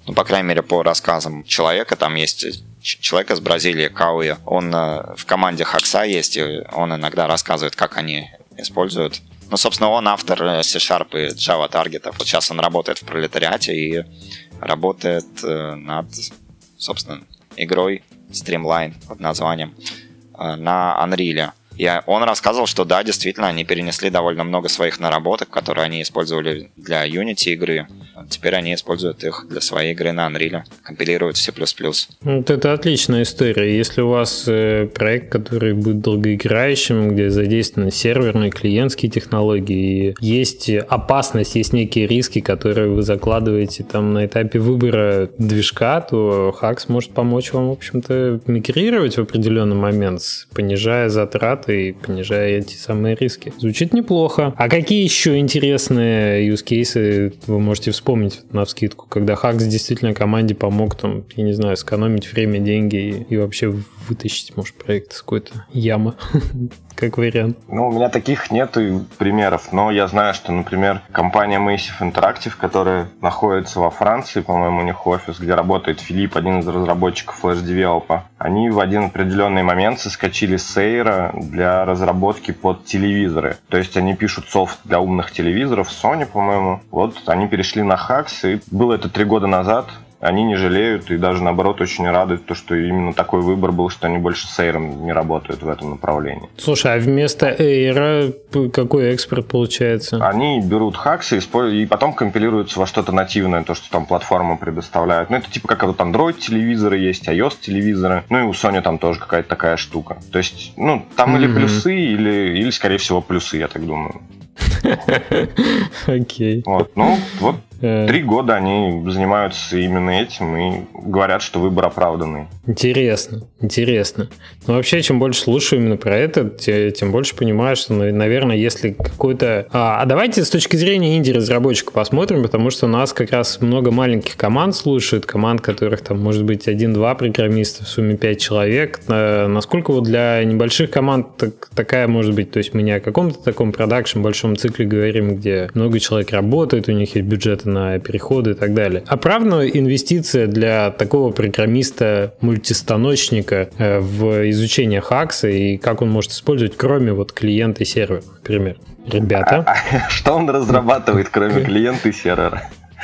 ну, по крайней мере, по рассказам человека, там есть человек из Бразилии, Кауи, он в команде Хакса есть, и он иногда рассказывает, как они используют. Ну, собственно, он автор C-Sharp и Java таргетов. Вот сейчас он работает в пролетариате и работает над, собственно, игрой Streamline под названием на Unreal. И он рассказывал, что да, действительно, они перенесли довольно много своих наработок, которые они использовали для Unity игры. Теперь они используют их для своей игры на Unreal, компилируют в C++. Вот это отличная история. Если у вас э, проект, который будет долгоиграющим, где задействованы серверные, клиентские технологии, есть опасность, есть некие риски, которые вы закладываете там на этапе выбора движка, то Hacks может помочь вам, в общем-то, мигрировать в определенный момент, понижая затраты и понижая эти самые риски. Звучит неплохо. А какие еще интересные use cases вы можете вспомнить навскидку, когда Hacks действительно команде помог, там, я не знаю, сэкономить время, деньги и, и вообще вытащить, может, проект из какой-то ямы, как вариант? Ну, у меня таких нету примеров, но я знаю, что, например, компания Massive Interactive, которая находится во Франции, по-моему, у них офис, где работает Филипп, один из разработчиков Flash Developer, они в один определенный момент соскочили с Эйра для разработки под телевизоры. То есть они пишут софт для умных телевизоров, Sony, по-моему. Вот они перешли на Hacks, и было это три года назад. Они не жалеют и даже, наоборот, очень рады, то, что именно такой выбор был, что они больше с Эйром не работают в этом направлении. Слушай, а вместо Эйра какой экспорт получается? Они берут Hacks и, использ... и потом компилируются во что-то нативное, то, что там платформа предоставляет. Ну, это типа как вот Android-телевизоры есть, iOS-телевизоры. Ну, и у Sony там тоже какая-то такая штука. То есть, ну, там mm-hmm. или плюсы, или, или, скорее всего, плюсы, я так думаю. Окей. Вот, ну, вот три года они занимаются именно этим и говорят, что выбор оправданный. Интересно, интересно. Но вообще, чем больше слушаю именно про это, тем больше понимаю, что, наверное, если какой-то... А, а давайте с точки зрения инди-разработчика посмотрим, потому что у нас как раз много маленьких команд слушают, команд, которых там может быть один-два программиста, в сумме пять человек. Насколько вот для небольших команд так, такая может быть? То есть мы не о каком-то таком продакшн большом цикле говорим, где много человек работает, у них есть бюджеты на переходы и так далее. Оправдана инвестиция для такого программиста-мультистаночника в изучение Hacks и как он может использовать, кроме вот клиента и сервера, например? Ребята. А, а, что он разрабатывает, кроме клиента и сервера?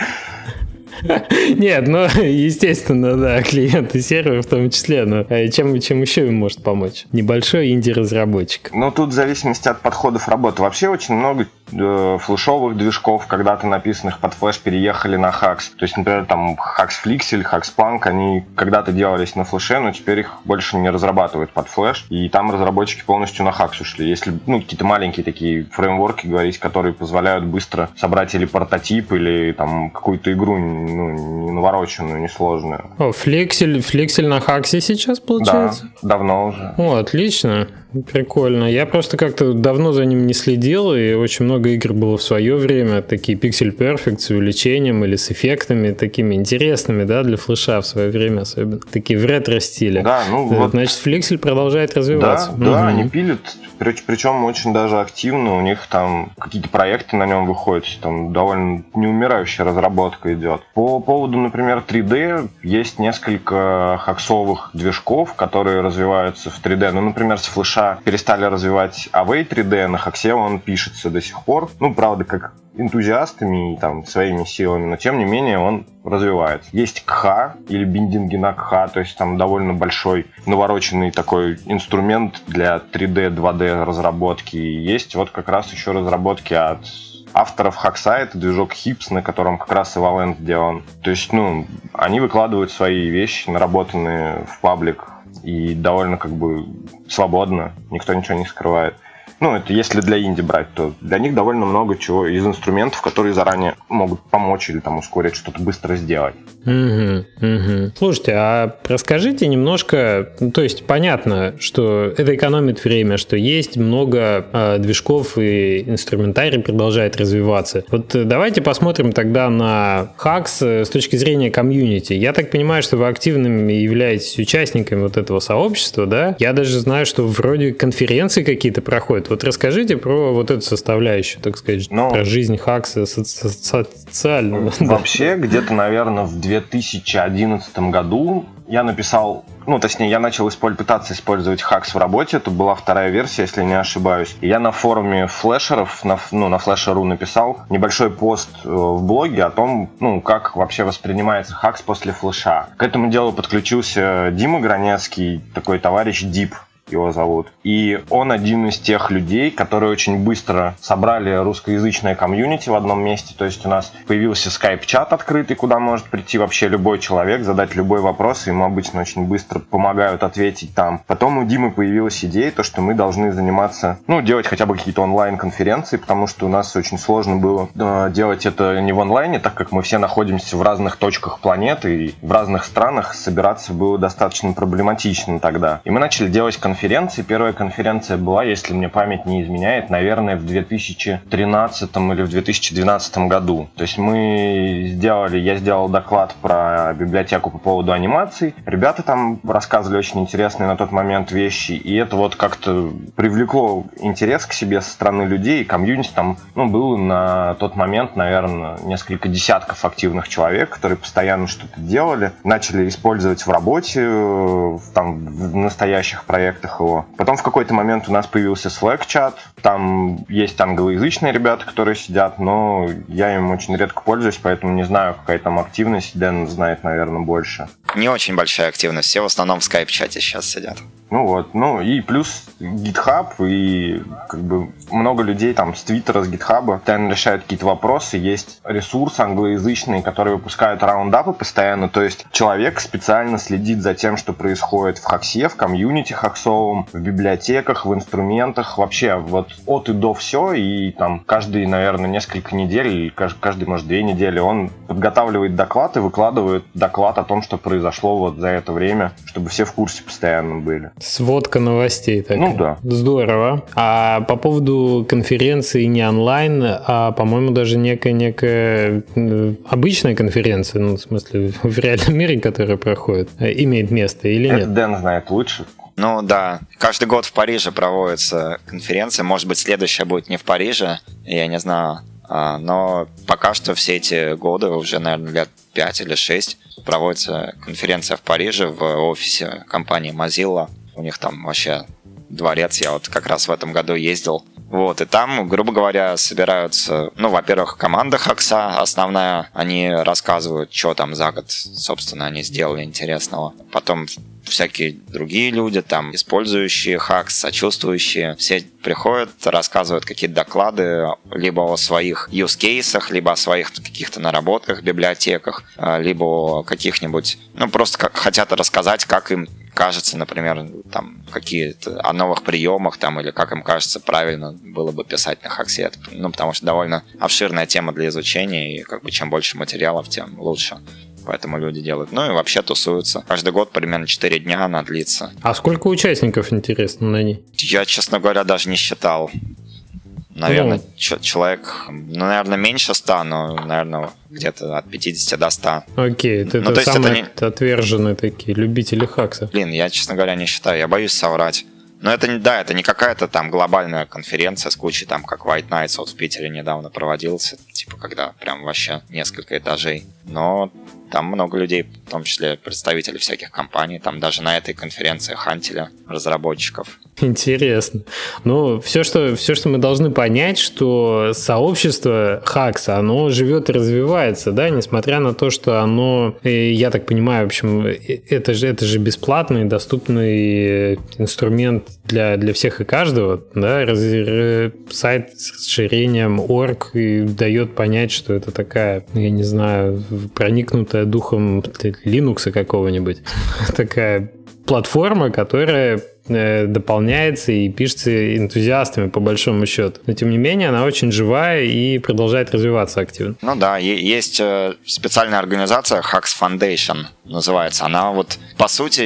Нет, ну, естественно, да, клиент и сервер в том числе, но чем, чем еще им может помочь? Небольшой инди-разработчик. Ну, тут в зависимости от подходов работы. Вообще очень много э, флешовых движков, когда-то написанных под флеш, переехали на Hacks. То есть, например, там Hacks Flixel, Hacks Plank, они когда-то делались на флеше, но теперь их больше не разрабатывают под флеш, и там разработчики полностью на Hacks ушли. Если, ну, какие-то маленькие такие фреймворки говорить, которые позволяют быстро собрать или прототип, или там какую-то игру, ну, не навороченную, несложную. О, Flixel, Flixel на Hacks сейчас получается? Да, давно уже. О, отлично. Прикольно. Я просто как-то давно за ним не следил, и очень много игр было в свое время, такие Pixel Perfect с увеличением или с эффектами такими интересными, да, для флеша в свое время особенно. Такие в ретро-стиле. Да, ну да, вот... Значит, Flixel продолжает развиваться. Да, угу. да, они пилят, причем очень даже активно, у них там какие-то проекты на нем выходят, там довольно неумирающая разработка идет. По поводу, например, три дэ, есть несколько хаксовых движков, которые развиваются в три дэ. Ну, например, с флеша перестали развивать Away три дэ, на Хаксе он пишется до сих пор. Ну, правда, как энтузиастами и там своими силами, но тем не менее он развивается. Есть КХА или биндинги на КХА, то есть там довольно большой навороченный такой инструмент для три дэ, два дэ разработки. И есть вот как раз еще разработки от авторов Хакса, это движок Hips, на котором как раз Evalent сделан. То есть, ну, они выкладывают свои вещи, наработанные в паблик, и довольно как бы свободно, никто ничего не скрывает. Ну, это если для инди брать, то для них довольно много чего из инструментов, которые заранее могут помочь или там ускорить что-то быстро сделать. Угу, угу. Слушайте, а расскажите немножко, ну, то есть понятно, что это экономит время, что есть много э, движков и инструментарий продолжает развиваться. Вот давайте посмотрим тогда на Hacks с точки зрения комьюнити. Я так понимаю, что вы активными являетесь участниками вот этого сообщества, да? Я даже знаю, что вроде конференции какие-то проходят проходит? Вот расскажите про вот эту составляющую, так сказать, ну, про жизнь Хакса соци- социальную. Вообще, где-то, наверное, в две тысячи одиннадцатом году я написал, ну, точнее, я начал исполь- пытаться использовать Хакс в работе. Это была вторая версия, если не ошибаюсь. И я на форуме флешеров, на, ну, на флешер точка ру написал небольшой пост в блоге о том, ну, как вообще воспринимается Хакс после флеша. К этому делу подключился Дима Гранецкий, такой товарищ Дип его зовут. И он один из тех людей, которые очень быстро собрали русскоязычное комьюнити в одном месте. То есть у нас появился скайп-чат открытый, куда может прийти вообще любой человек, задать любой вопрос, и ему обычно очень быстро помогают ответить там. Потом у Димы появилась идея, то, что мы должны заниматься, ну, делать хотя бы какие-то онлайн-конференции, потому что у нас очень сложно было э, делать это не в онлайне, так как мы все находимся в разных точках планеты и в разных странах, собираться было достаточно проблематично тогда. И мы начали делать конференции. Конференции. Первая конференция была, если мне память не изменяет, наверное, в две тысячи тринадцатом или в две тысячи двенадцатом году. То есть мы сделали, я сделал доклад про библиотеку по поводу анимаций. Ребята там рассказывали очень интересные на тот момент вещи, и это вот как-то привлекло интерес к себе со стороны людей, и комьюнити там, ну, было на тот момент, наверное, несколько десятков активных человек, которые постоянно что-то делали, начали использовать в работе, там, в настоящих проектах его. Потом в какой-то момент у нас появился Slack-чат. Там есть англоязычные ребята, которые сидят, но я им очень редко пользуюсь, поэтому не знаю, какая там активность. Дэн знает, наверное, больше. Не очень большая активность. Все в основном в скайп-чате сейчас сидят. Ну вот, ну и плюс GitHub, и как бы много людей там с Твиттера, с GitHub постоянно решают какие-то вопросы. Есть ресурсы англоязычные, которые выпускают раундапы постоянно, то есть человек специально следит за тем, что происходит в Хаксе, в комьюнити хаксовом, в библиотеках, в инструментах, вообще вот от и до все, и там каждые, наверное, несколько недель, или каждый, может, две недели он подготавливает доклад и выкладывает доклад о том, что произошло вот за это время, чтобы все в курсе постоянно были. Сводка новостей такая. Ну да. Здорово. А по поводу конференции не онлайн, а, по-моему, даже некая, некая обычная конференция, ну, в смысле, в реальном мире, которая проходит, имеет место или нет? Это Дэн знает лучше. Ну да, каждый год в Париже проводится конференция, может быть, следующая будет не в Париже, я не знаю, но пока что все эти годы, уже, наверное, лет пять или шесть, проводится конференция в Париже в офисе компании Mozilla. У них там вообще дворец, я вот как раз в этом году ездил. Вот, и там, грубо говоря, собираются, ну, во-первых, команда Хакса основная, они рассказывают, что там за год, собственно, они сделали интересного. Потом всякие другие люди, там, использующие Хакс, сочувствующие, все приходят, рассказывают какие-то доклады либо о своих use-кейсах, либо о своих каких-то наработках в библиотеках, либо о каких-нибудь, ну, просто как, хотят рассказать, как им кажется, например, там, какие-то о новых приемах, там, или как им кажется правильно было бы писать на Хаксе. Ну, потому что довольно обширная тема для изучения, и как бы чем больше материалов, тем лучше. Поэтому люди делают. Ну и вообще тусуются. Каждый год примерно четыре дня она длится. А сколько участников, интересно, на ней? Я, честно говоря, даже не считал. Наверное, ну, ч- человек, ну, наверное, меньше ста, но, наверное, где-то от пятидесяти до ста. Окей, это, ну, это самые это не... отверженные такие любители Хакса. Блин, я, честно говоря, не считаю, я боюсь соврать. Но это, да, это не какая-то там глобальная конференция с кучей, там, как White Nights вот в Питере недавно проводился, типа, когда прям вообще несколько этажей. Но там много людей, в том числе представители всяких компаний, там даже на этой конференции хантили разработчиков. Интересно. Ну, все что, все, что мы должны понять, что сообщество Хакса, оно живет и развивается, да, несмотря на то, что оно, я так понимаю, в общем, это же, это же бесплатный, доступный инструмент для, для всех и каждого, да, раз, сайт с расширением орг и дает понять, что это такая, я не знаю, проникнутая духом Linux какого-нибудь, такая платформа, которая дополняется и пишется энтузиастами, по большому счету. Но, тем не менее, она очень живая и продолжает развиваться активно. Ну да, есть специальная организация Hacks Foundation, называется. Она вот, по сути,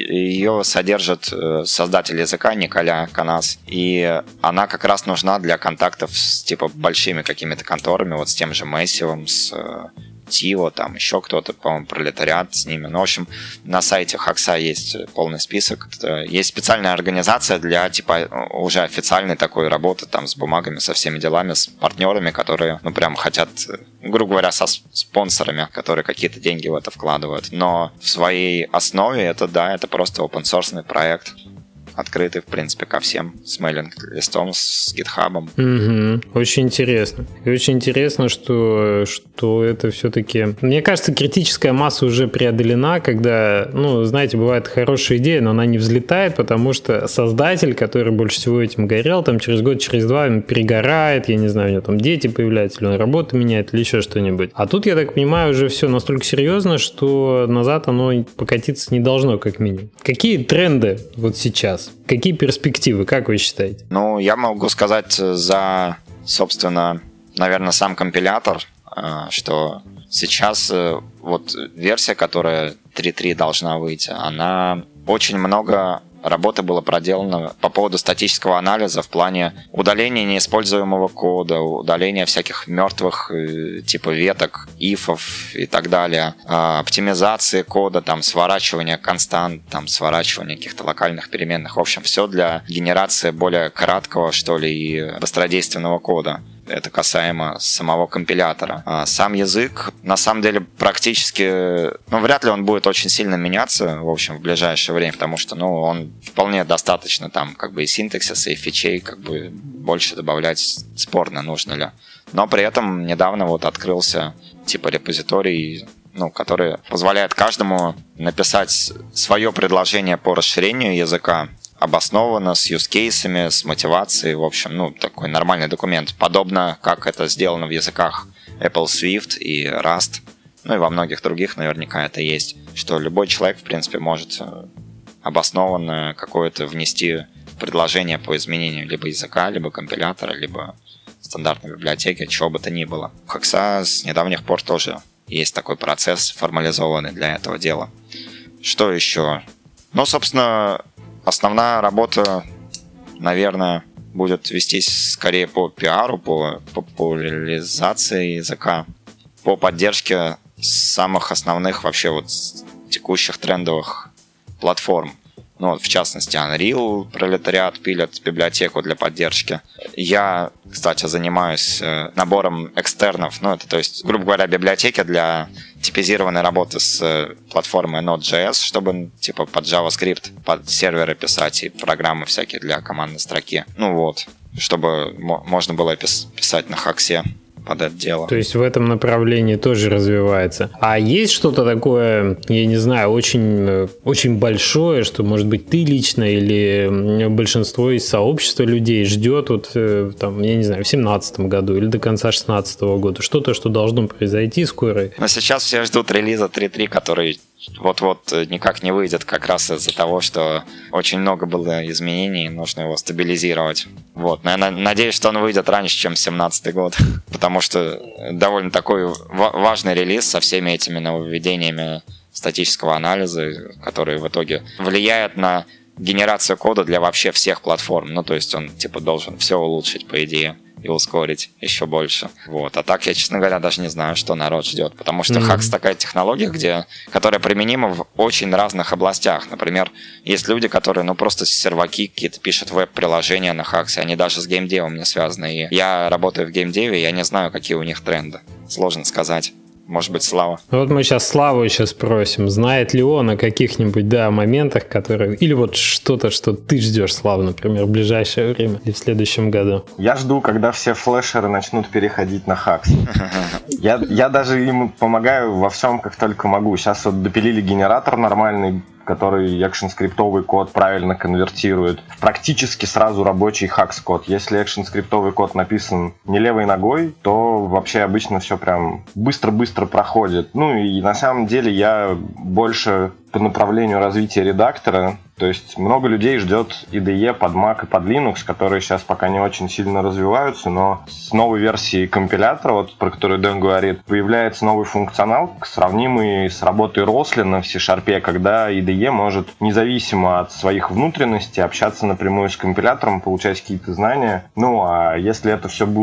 ее содержит создатель языка Николя Канас, и она как раз нужна для контактов с, типа, большими какими-то конторами, вот с тем же Massive, с Тиво, там еще кто-то, по-моему, Пролетариат с ними. Ну, в общем, на сайте Хакса есть полный список. Есть специальная организация для, типа, уже официальной такой работы, там, с бумагами, со всеми делами, с партнерами, которые, ну, прям хотят, грубо говоря, со спонсорами, которые какие-то деньги в это вкладывают. Но в своей основе это, да, это просто open-source проект, открытый, в принципе, ко всем, с мейлинг-листом, с гитхабом. Угу. Очень интересно. И очень интересно, что, что это все-таки... Мне кажется, критическая масса уже преодолена, когда, ну, знаете, бывает хорошая идея, но она не взлетает, потому что создатель, который больше всего этим горел, там через год, через два он перегорает, я не знаю, у него там дети появляются, или он работу меняет, или еще что-нибудь. А тут, я так понимаю, уже все настолько серьезно, что назад оно покатиться не должно, как минимум. Какие тренды вот сейчас? Какие перспективы, как вы считаете? Ну, я могу сказать за, собственно, наверное, сам компилятор, что сейчас вот версия, которая три точка три должна выйти, она очень много работы было проделано по поводу статического анализа в плане удаления неиспользуемого кода, удаления всяких мертвых типа веток, ифов и так далее, оптимизации кода, там, сворачивания констант, там, сворачивания каких-то локальных переменных. В общем, все для генерации более краткого, что ли, и быстродейственного кода. Это касаемо самого компилятора. А сам язык, на самом деле, практически... Ну, вряд ли он будет очень сильно меняться, в общем, в ближайшее время, потому что, ну, он вполне достаточно там, как бы, и синтаксиса, и фичей, как бы, больше добавлять спорно, нужно ли. Но при этом недавно вот открылся, типа, репозиторий, ну, который позволяет каждому написать свое предложение по расширению языка, обоснованно, с юзкейсами, с мотивацией, в общем, ну, такой нормальный документ. Подобно, как это сделано в языках Apple Swift и Rust, ну и во многих других наверняка это есть, что любой человек, в принципе, может обоснованно какое-то внести предложение по изменению либо языка, либо компилятора, либо стандартной библиотеки, чего бы то ни было. У Хакса с недавних пор тоже есть такой процесс формализованный для этого дела. Что еще? Ну, собственно, основная работа, наверное, будет вестись скорее по пиару, по популяризации языка, по поддержке самых основных вообще вот текущих трендовых платформ. Ну, вот, в частности, Unreal, Пролетариат пилят библиотеку для поддержки. Я, кстати, занимаюсь набором экстернов, ну, это, то есть, грубо говоря, библиотеки для типизированной работы с платформой Node.js, чтобы, типа, под JavaScript, под серверы писать и программы всякие для командной строки. Ну, вот, чтобы можно было писать на Хаксе под это дело. То есть в этом направлении тоже развивается. А есть что-то такое, я не знаю, очень, очень большое, что, может быть, ты лично или большинство из сообщества людей ждет вот, там, я не знаю, в семнадцатом году или до конца шестнадцатого года? Что-то, что должно произойти скоро? Но сейчас все ждут релиза три точка три, который вот-вот никак не выйдет, как раз из-за того, что очень много было изменений, нужно его стабилизировать. Вот. Но я надеюсь, что он выйдет раньше, чем семнадцатый год, потому что довольно такой важный релиз со всеми этими нововведениями статического анализа, которые в итоге влияют на генерацию кода для вообще всех платформ. Ну, то есть он типа должен все улучшить, по идее, и ускорить еще больше. Вот. А так я, честно говоря, даже не знаю, что народ ждет. Потому что mm-hmm. Хакс такая технология, где, которая применима в очень разных областях. Например, есть люди, которые ну просто серваки какие-то пишут веб-приложения на Хаксе. Они даже с геймдевом не связаны. И я работаю в геймдеве, я не знаю, какие у них тренды. Сложно сказать. Может быть, Слава. Вот мы сейчас Славу еще спросим, знает ли он о каких-нибудь, да, моментах, которые... Или вот что-то, что ты ждешь, Слава, например, в ближайшее время или в следующем году. Я жду, когда все флешеры начнут переходить на Хакс. Я, я даже им помогаю во всем, как только могу. Сейчас вот допилили генератор нормальный, который экшн-скриптовый код правильно конвертирует в практически сразу рабочий хакс-код. Если экшн-скриптовый код написан не левой ногой, то вообще обычно все прям быстро-быстро проходит. Ну и на самом деле я больше по направлению развития редактора. То есть много людей ждет ай ди и под Mac и под Linux, которые сейчас пока не очень сильно развиваются, но с новой версией компилятора, вот про которую Дэн говорит, появляется новый функционал, сравнимый с работой Рослина в C-Sharp, когда ай ди и может независимо от своих внутренностей общаться напрямую с компилятором, получать какие-то знания. Ну а если это все будет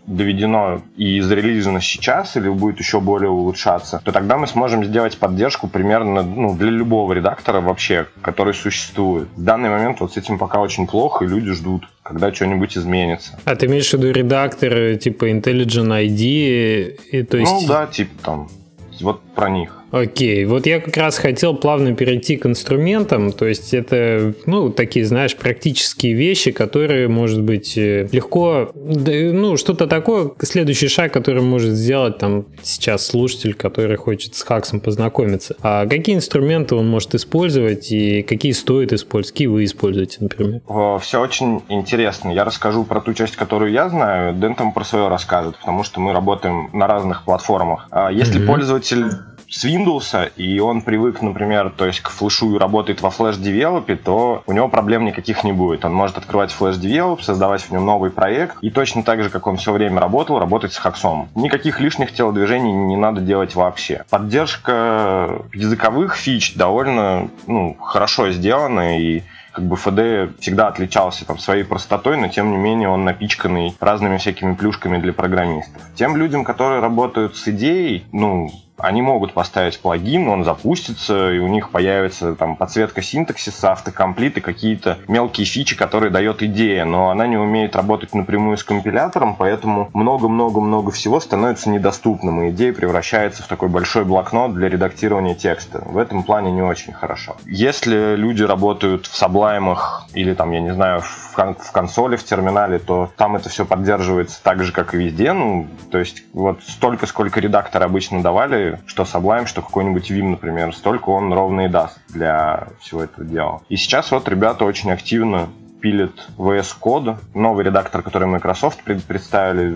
доведено и зарелизено сейчас, или будет еще более улучшаться, то тогда мы сможем сделать поддержку примерно ну, для любого редактора вообще, который существует. В данный момент вот с этим пока очень плохо, и люди ждут, когда что-нибудь изменится. А ты имеешь в виду редактор типа IntelliJ ай ди? И, то есть... Ну да, типа там, вот про них. Окей, вот я как раз хотел плавно перейти к инструментам, то есть это, ну, такие, знаешь, практические вещи, которые, может быть, легко, ну, что-то такое, следующий шаг, который может сделать там сейчас слушатель, который хочет с Хаксом познакомиться. А какие инструменты он может использовать и какие стоит использовать, какие вы используете, например? Все очень интересно. Я расскажу про ту часть, которую я знаю, Дэн там про свое расскажет, потому что мы работаем на разных платформах. Если mm-hmm. пользователь с Windows, и он привык, например, то есть к флешу и работает во Flash Develop, то у него проблем никаких не будет. Он может открывать Flash Develop, создавать в нем новый проект, и точно так же, как он все время работал, работать с Хаксом. Никаких лишних телодвижений не надо делать вообще. Поддержка языковых фич довольно ну, хорошо сделана, и как бы эф ди всегда отличался там, своей простотой, но тем не менее он напичканный разными всякими плюшками для программистов. Тем людям, которые работают с идеей, ну, они могут поставить плагин, он запустится, и у них появится там подсветка синтаксиса, автокомплит и какие-то мелкие фичи, которые дает идея, но она не умеет работать напрямую с компилятором, поэтому много-много-много всего становится недоступным, и идея превращается в такой большой блокнот для редактирования текста. В этом плане не очень хорошо. Если люди работают в саблаймах или там, я не знаю, в, кон- в консоли, в терминале, то там это все поддерживается так же, как и везде. Ну, то есть вот столько, сколько редакторы обычно давали, что Sublime, что какой-нибудь Vim, например, столько он ровно и даст для всего этого дела. И сейчас вот ребята очень активно пилит ви эс Code, новый редактор, который Microsoft представили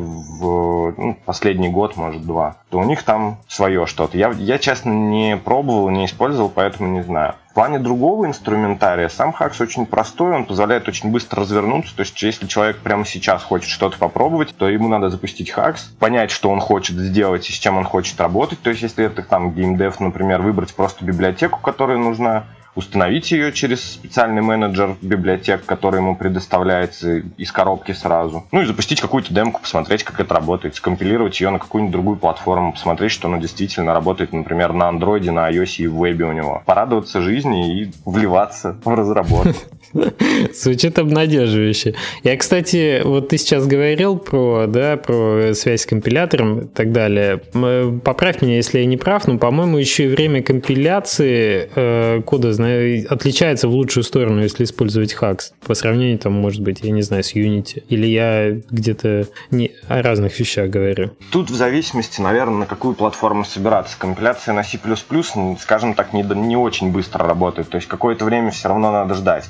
в ну, последний год, может, два, то у них там свое что-то. Я, я, честно, не пробовал, не использовал, поэтому не знаю. В плане другого инструментария сам Хакс очень простой, он позволяет очень быстро развернуться, то есть если человек прямо сейчас хочет что-то попробовать, то ему надо запустить Хакс, понять, что он хочет сделать и с чем он хочет работать, то есть если это там геймдев, например, выбрать просто библиотеку, которая нужна, установить ее через специальный менеджер библиотек, который ему предоставляется из коробки сразу. Ну и запустить какую-то демку, посмотреть, как это работает, скомпилировать ее на какую-нибудь другую платформу, посмотреть, что она действительно работает, например, на андроиде, на iOS и в вебе у него. Порадоваться жизни и вливаться в разработку. Звучит обнадеживающе. Я, кстати, вот ты сейчас говорил про, да, про связь с компилятором и так далее. Поправь меня, если я не прав, но, по-моему, еще и время компиляции э, кода отличается в лучшую сторону, если использовать Хакс, по сравнению, там, может быть, я не знаю, с Unity. Или я где-то не о разных вещах говорю. Тут в зависимости, наверное, на какую платформу собираться. Компиляция на C++, скажем так, не, не очень быстро работает. То есть какое-то время все равно надо ждать.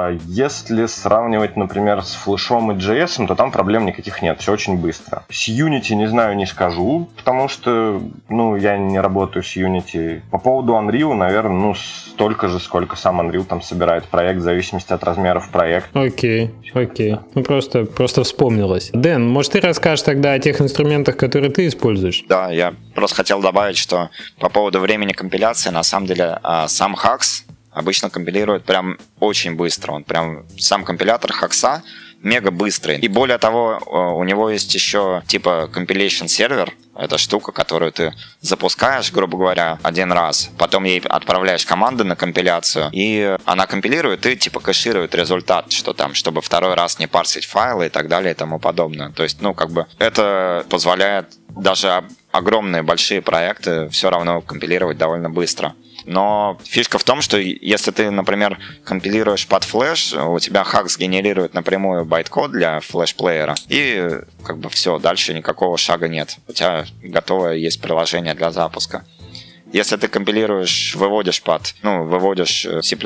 Если сравнивать, например, с флешом и джей эс, то там проблем никаких нет. Все очень быстро. С Unity не знаю, не скажу, потому что, ну, я не работаю с Unity. По поводу Unreal, наверное, ну, столько же, сколько сам Unreal там собирает проект, в зависимости от размеров проекта. Окей, окей. Ну, просто, просто вспомнилось. Дэн, может, ты расскажешь тогда о тех инструментах, которые ты используешь? Да, я просто хотел добавить, что по поводу времени компиляции, на самом деле, сам Хакс обычно компилирует прям очень быстро. Он прям, сам компилятор Хакса мега быстрый. И более того, у него есть еще типа compilation сервер. Это штука, которую ты запускаешь, грубо говоря, один раз. Потом ей отправляешь команды на компиляцию. И она компилирует и типа кэширует результат, что там, чтобы второй раз не парсить файлы и так далее и тому подобное. То есть, ну, как бы это позволяет даже огромные большие проекты все равно компилировать довольно быстро. Но фишка в том, что если ты, например, компилируешь под флеш, у тебя Хакс генерирует напрямую байткод для флеш-плеера, и как бы все, дальше никакого шага нет. У тебя готовое есть приложение для запуска. Если ты компилируешь, выводишь под, ну, выводишь C++,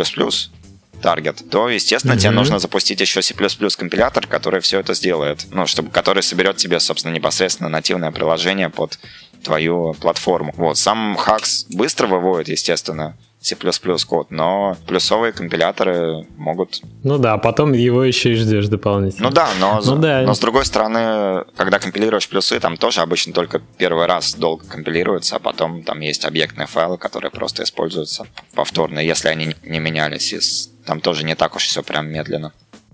таргет, то, естественно, mm-hmm. тебе нужно запустить еще C++ компилятор, который все это сделает, ну, чтобы, который соберет тебе, собственно, непосредственно нативное приложение под твою платформу. Вот, сам Хакс быстро выводит, естественно, C++ код, но плюсовые компиляторы могут... Ну да, потом его еще и ждешь дополнительно. Ну да, но, ну, да. но с другой стороны, когда компилируешь плюсы, там тоже обычно только первый раз долго компилируется, а потом там есть объектные файлы, которые просто используются повторно, если они не менялись, и там тоже не так уж все прям медленно.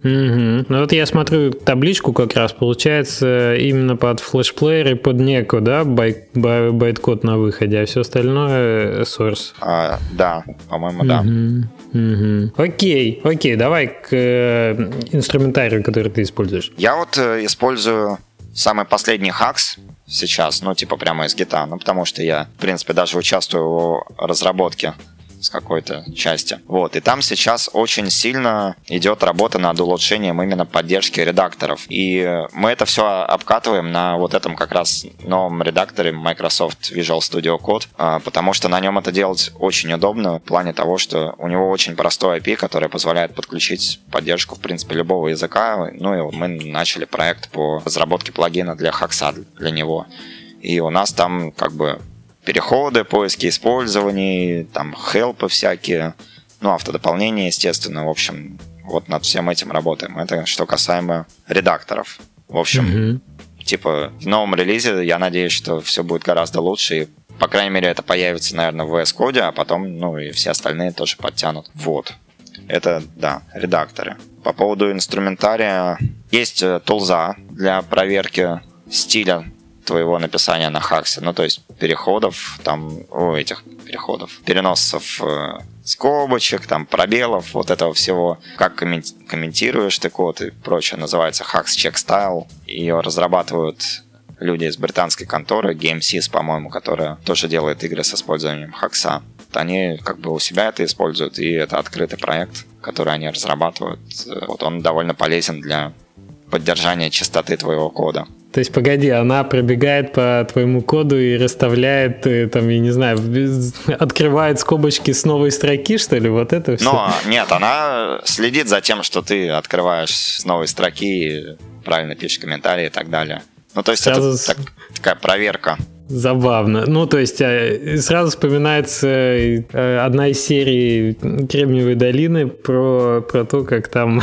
Угу. Ну вот я смотрю табличку как раз, получается, именно под флешплеер и под неко, да, байт, байт-код на выходе, а все остальное source. А, да, по-моему, да. Угу. Угу. Окей, окей, давай к э, инструментарию, который ты используешь. Я вот э, использую самый последний Hax сейчас, ну, типа прямо из гита, ну, потому что я, в принципе, даже участвую в разработке с какой-то части. Вот. И там сейчас очень сильно идет работа над улучшением именно поддержки редакторов. И мы это все обкатываем на вот этом как раз новом редакторе Microsoft Visual Studio Code, потому что на нем это делать очень удобно в плане того, что у него очень простой эй пи ай, который позволяет подключить поддержку, в принципе, любого языка. Ну и мы начали проект по разработке плагина для Hax для него. И у нас там как бы переходы, поиски использований, там хелпы всякие, ну, автодополнение, естественно. В общем, вот над всем этим работаем. Это что касаемо редакторов. В общем, mm-hmm. типа в новом релизе я надеюсь, что все будет гораздо лучше. И, по крайней мере, это появится, наверное, в ви эс Code, а потом, ну, и все остальные тоже подтянут. Вот. Это, да, редакторы. По поводу инструментария. Есть тулза для проверки стиля твоего написания на Hax, ну, то есть переходов, там, у этих переходов, переносов э, скобочек, там, пробелов, вот этого всего, как комментируешь ты код и прочее, называется Hax Check Style. Ее разрабатывают люди из британской конторы, GameSys, по-моему, которая тоже делает игры с использованием Hax. Они как бы у себя это используют, и это открытый проект, который они разрабатывают. Вот он довольно полезен для поддержания чистоты твоего кода. То есть, погоди, она пробегает по твоему коду и расставляет, там, я не знаю, открывает скобочки с новой строки, что ли? Вот это все? Но нет, она следит за тем, что ты открываешь с новой строки, правильно пишешь комментарии и так далее. Ну, то есть, Сразу это с... так, такая проверка. Забавно. Ну, то есть, сразу вспоминается одна из серий «Кремниевой долины» про, про то, как там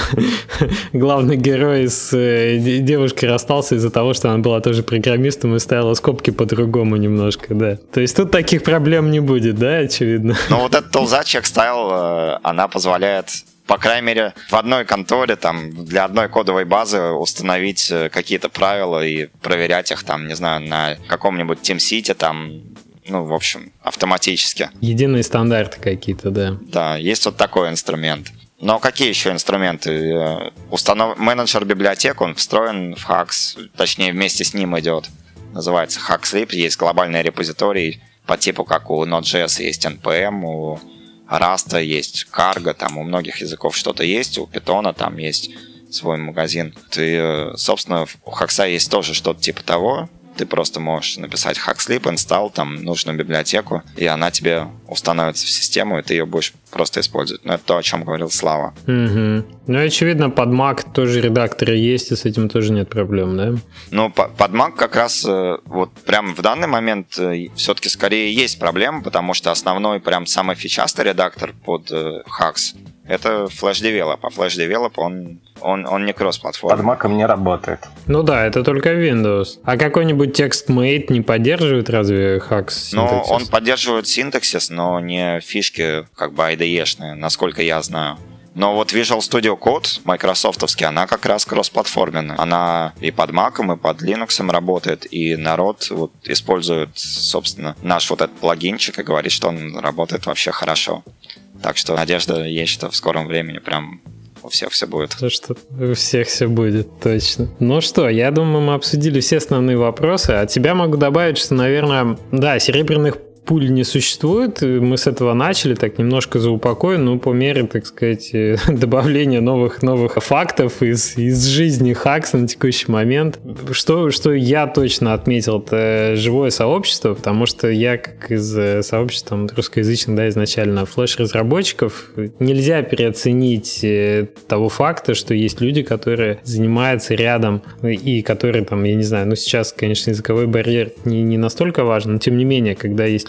главный герой с девушкой расстался из-за того, что она была тоже программистом и ставила скобки по-другому немножко, да. То есть, тут таких проблем не будет, да, очевидно? Ну, вот эта тулза CheckStyle, она позволяет, по крайней мере, в одной конторе там для одной кодовой базы установить какие-то правила и проверять их там, не знаю, на каком-нибудь TeamSeed там, ну, в общем, автоматически. Единые стандарты какие-то, да. Да, есть вот такой инструмент. Но какие еще инструменты? Установ... Менеджер библиотек, он встроен в Hax, точнее, вместе с ним идет. Называется HaxLib, есть глобальный репозиторий по типу, как у Node.js есть эн пи эм, у Rust есть Cargo, там у многих языков что-то есть, у Python там есть свой магазин. Ты, собственно, у Hax есть тоже что-то типа того. Ты просто можешь написать HaxLib, install там нужную библиотеку, и она тебе установится в систему, и ты ее будешь просто использовать. Ну, это то, о чем говорил Слава. Угу. Ну, очевидно, под Mac тоже редакторы есть, и с этим тоже нет проблем, да? Ну, под Mac как раз вот прям в данный момент все-таки скорее есть проблемы, потому что основной прям самый фичастый редактор под Hax это Flash Develop, а Flash Develop, он, он, он не кросс-платформа. Под Mac не работает. Ну да, это только Windows. А какой-нибудь TextMate не поддерживает разве Hax синтаксис? Ну, он поддерживает синтаксис, но не фишки как бы ай ди и-шные, насколько я знаю. Но вот Visual Studio Code, майкрософтовский, она как раз кроссплатформенная. Она и под Mac, и под Linux работает, и народ вот использует, собственно, наш вот этот плагинчик и говорит, что он работает вообще хорошо. Так что надежда есть, что в скором времени прям у всех все будет. То, что у всех все будет, точно. Ну что, я думаю, мы обсудили все основные вопросы. От тебя могу добавить, что, наверное, да, серебряных пуль не существует. Мы с этого начали, так немножко заупокоен, но по мере, так сказать, добавления новых, новых фактов из, из жизни Hax на текущий момент. Что, что я точно отметил, это живое сообщество, потому что я, как из сообщества русскоязычных, да, изначально флеш-разработчиков, нельзя переоценить того факта, что есть люди, которые занимаются рядом и которые там, я не знаю, ну сейчас, конечно, языковой барьер не, не настолько важен, но тем не менее, когда есть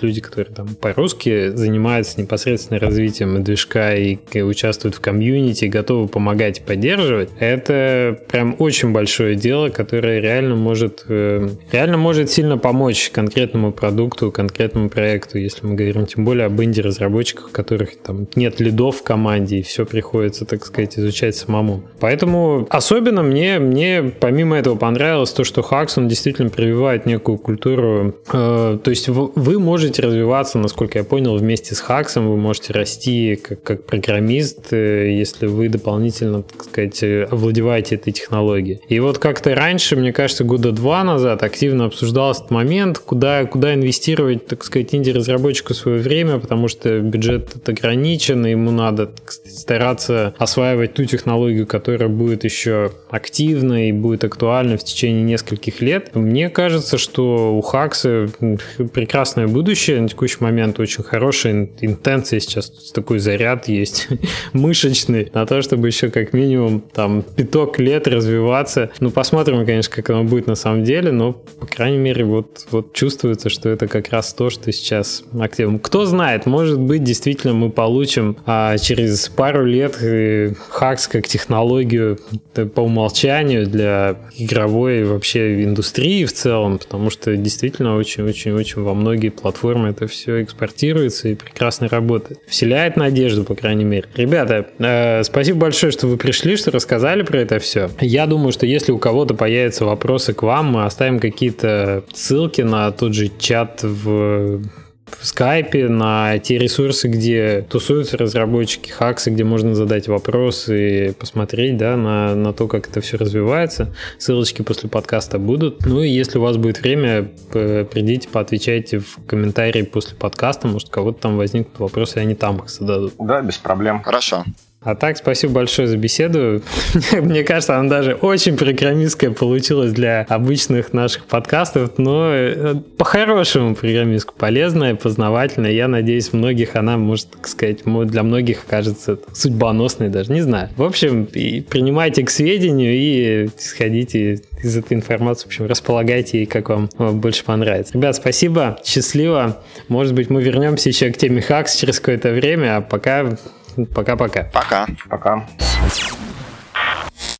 люди, которые там по-русски занимаются непосредственно развитием движка и участвуют в комьюнити, готовы помогать и поддерживать, это прям очень большое дело, которое реально может, реально может сильно помочь конкретному продукту, конкретному проекту, если мы говорим тем более об инди-разработчиках, у которых там нет лидов в команде, и все приходится, так сказать, изучать самому. Поэтому особенно мне, мне помимо этого понравилось то, что Hacks, он действительно прививает некую культуру. Э, то есть вы, вы можете развиваться, насколько я понял, вместе с Hacks, вы можете расти как, как программист, э, если вы дополнительно, так сказать, овладеваете этой технологией. И вот как-то раньше, мне кажется, года два назад активно обсуждался этот момент, куда, куда инвестировать, так сказать, инди-разработчику свое время, потому что бюджет ограничен, и ему надо, так сказать, стараться осваивать ту технологию, которая будет еще активна и будет актуальна в течение нескольких лет. Мне кажется, что у Hacks прекрасное будущее на текущий момент, очень хорошая интенция сейчас, такой заряд есть мышечный на то, чтобы еще как минимум там пяток лет развиваться. Ну, посмотрим, конечно, как оно будет на самом деле, но, по крайней мере, вот, вот чувствуется, что это как раз то, что сейчас активно. Кто знает, может быть, действительно мы получим а, через пару лет Hacks как технологию по умолчанию для игровой вообще индустрии в целом, потому что действительно очень-очень-очень во многие платформы это все экспортируется и прекрасно работает. Вселяет надежду, по крайней мере. Ребята, э, спасибо большое, что вы пришли, что рассказали про это все. Я думаю, что если у кого-то появятся вопросы к вам, мы оставим какие-то ссылки на тот же чат в... в скайпе, на те ресурсы, где тусуются разработчики Hacks, где можно задать вопросы и посмотреть, да, на, на то, как это все развивается. Ссылочки после подкаста будут. Ну и если у вас будет время, придите, поотвечайте в комментарии после подкаста, может, у кого-то там возникнут вопросы, и они там их зададут. Да, без проблем. Хорошо. А так, спасибо большое за беседу. Мне кажется, она даже очень программистская получилась для обычных наших подкастов, но по-хорошему программистская, полезная, познавательная. Я надеюсь, многих она, может, так сказать, для многих кажется судьбоносной даже, не знаю. В общем, принимайте к сведению и исходите из этой информации, в общем, располагайте ей, как вам больше понравится. Ребят, спасибо, счастливо. Может быть, мы вернемся еще к теме Hacks через какое-то время, а пока... Пока-пока. Пока. Пока.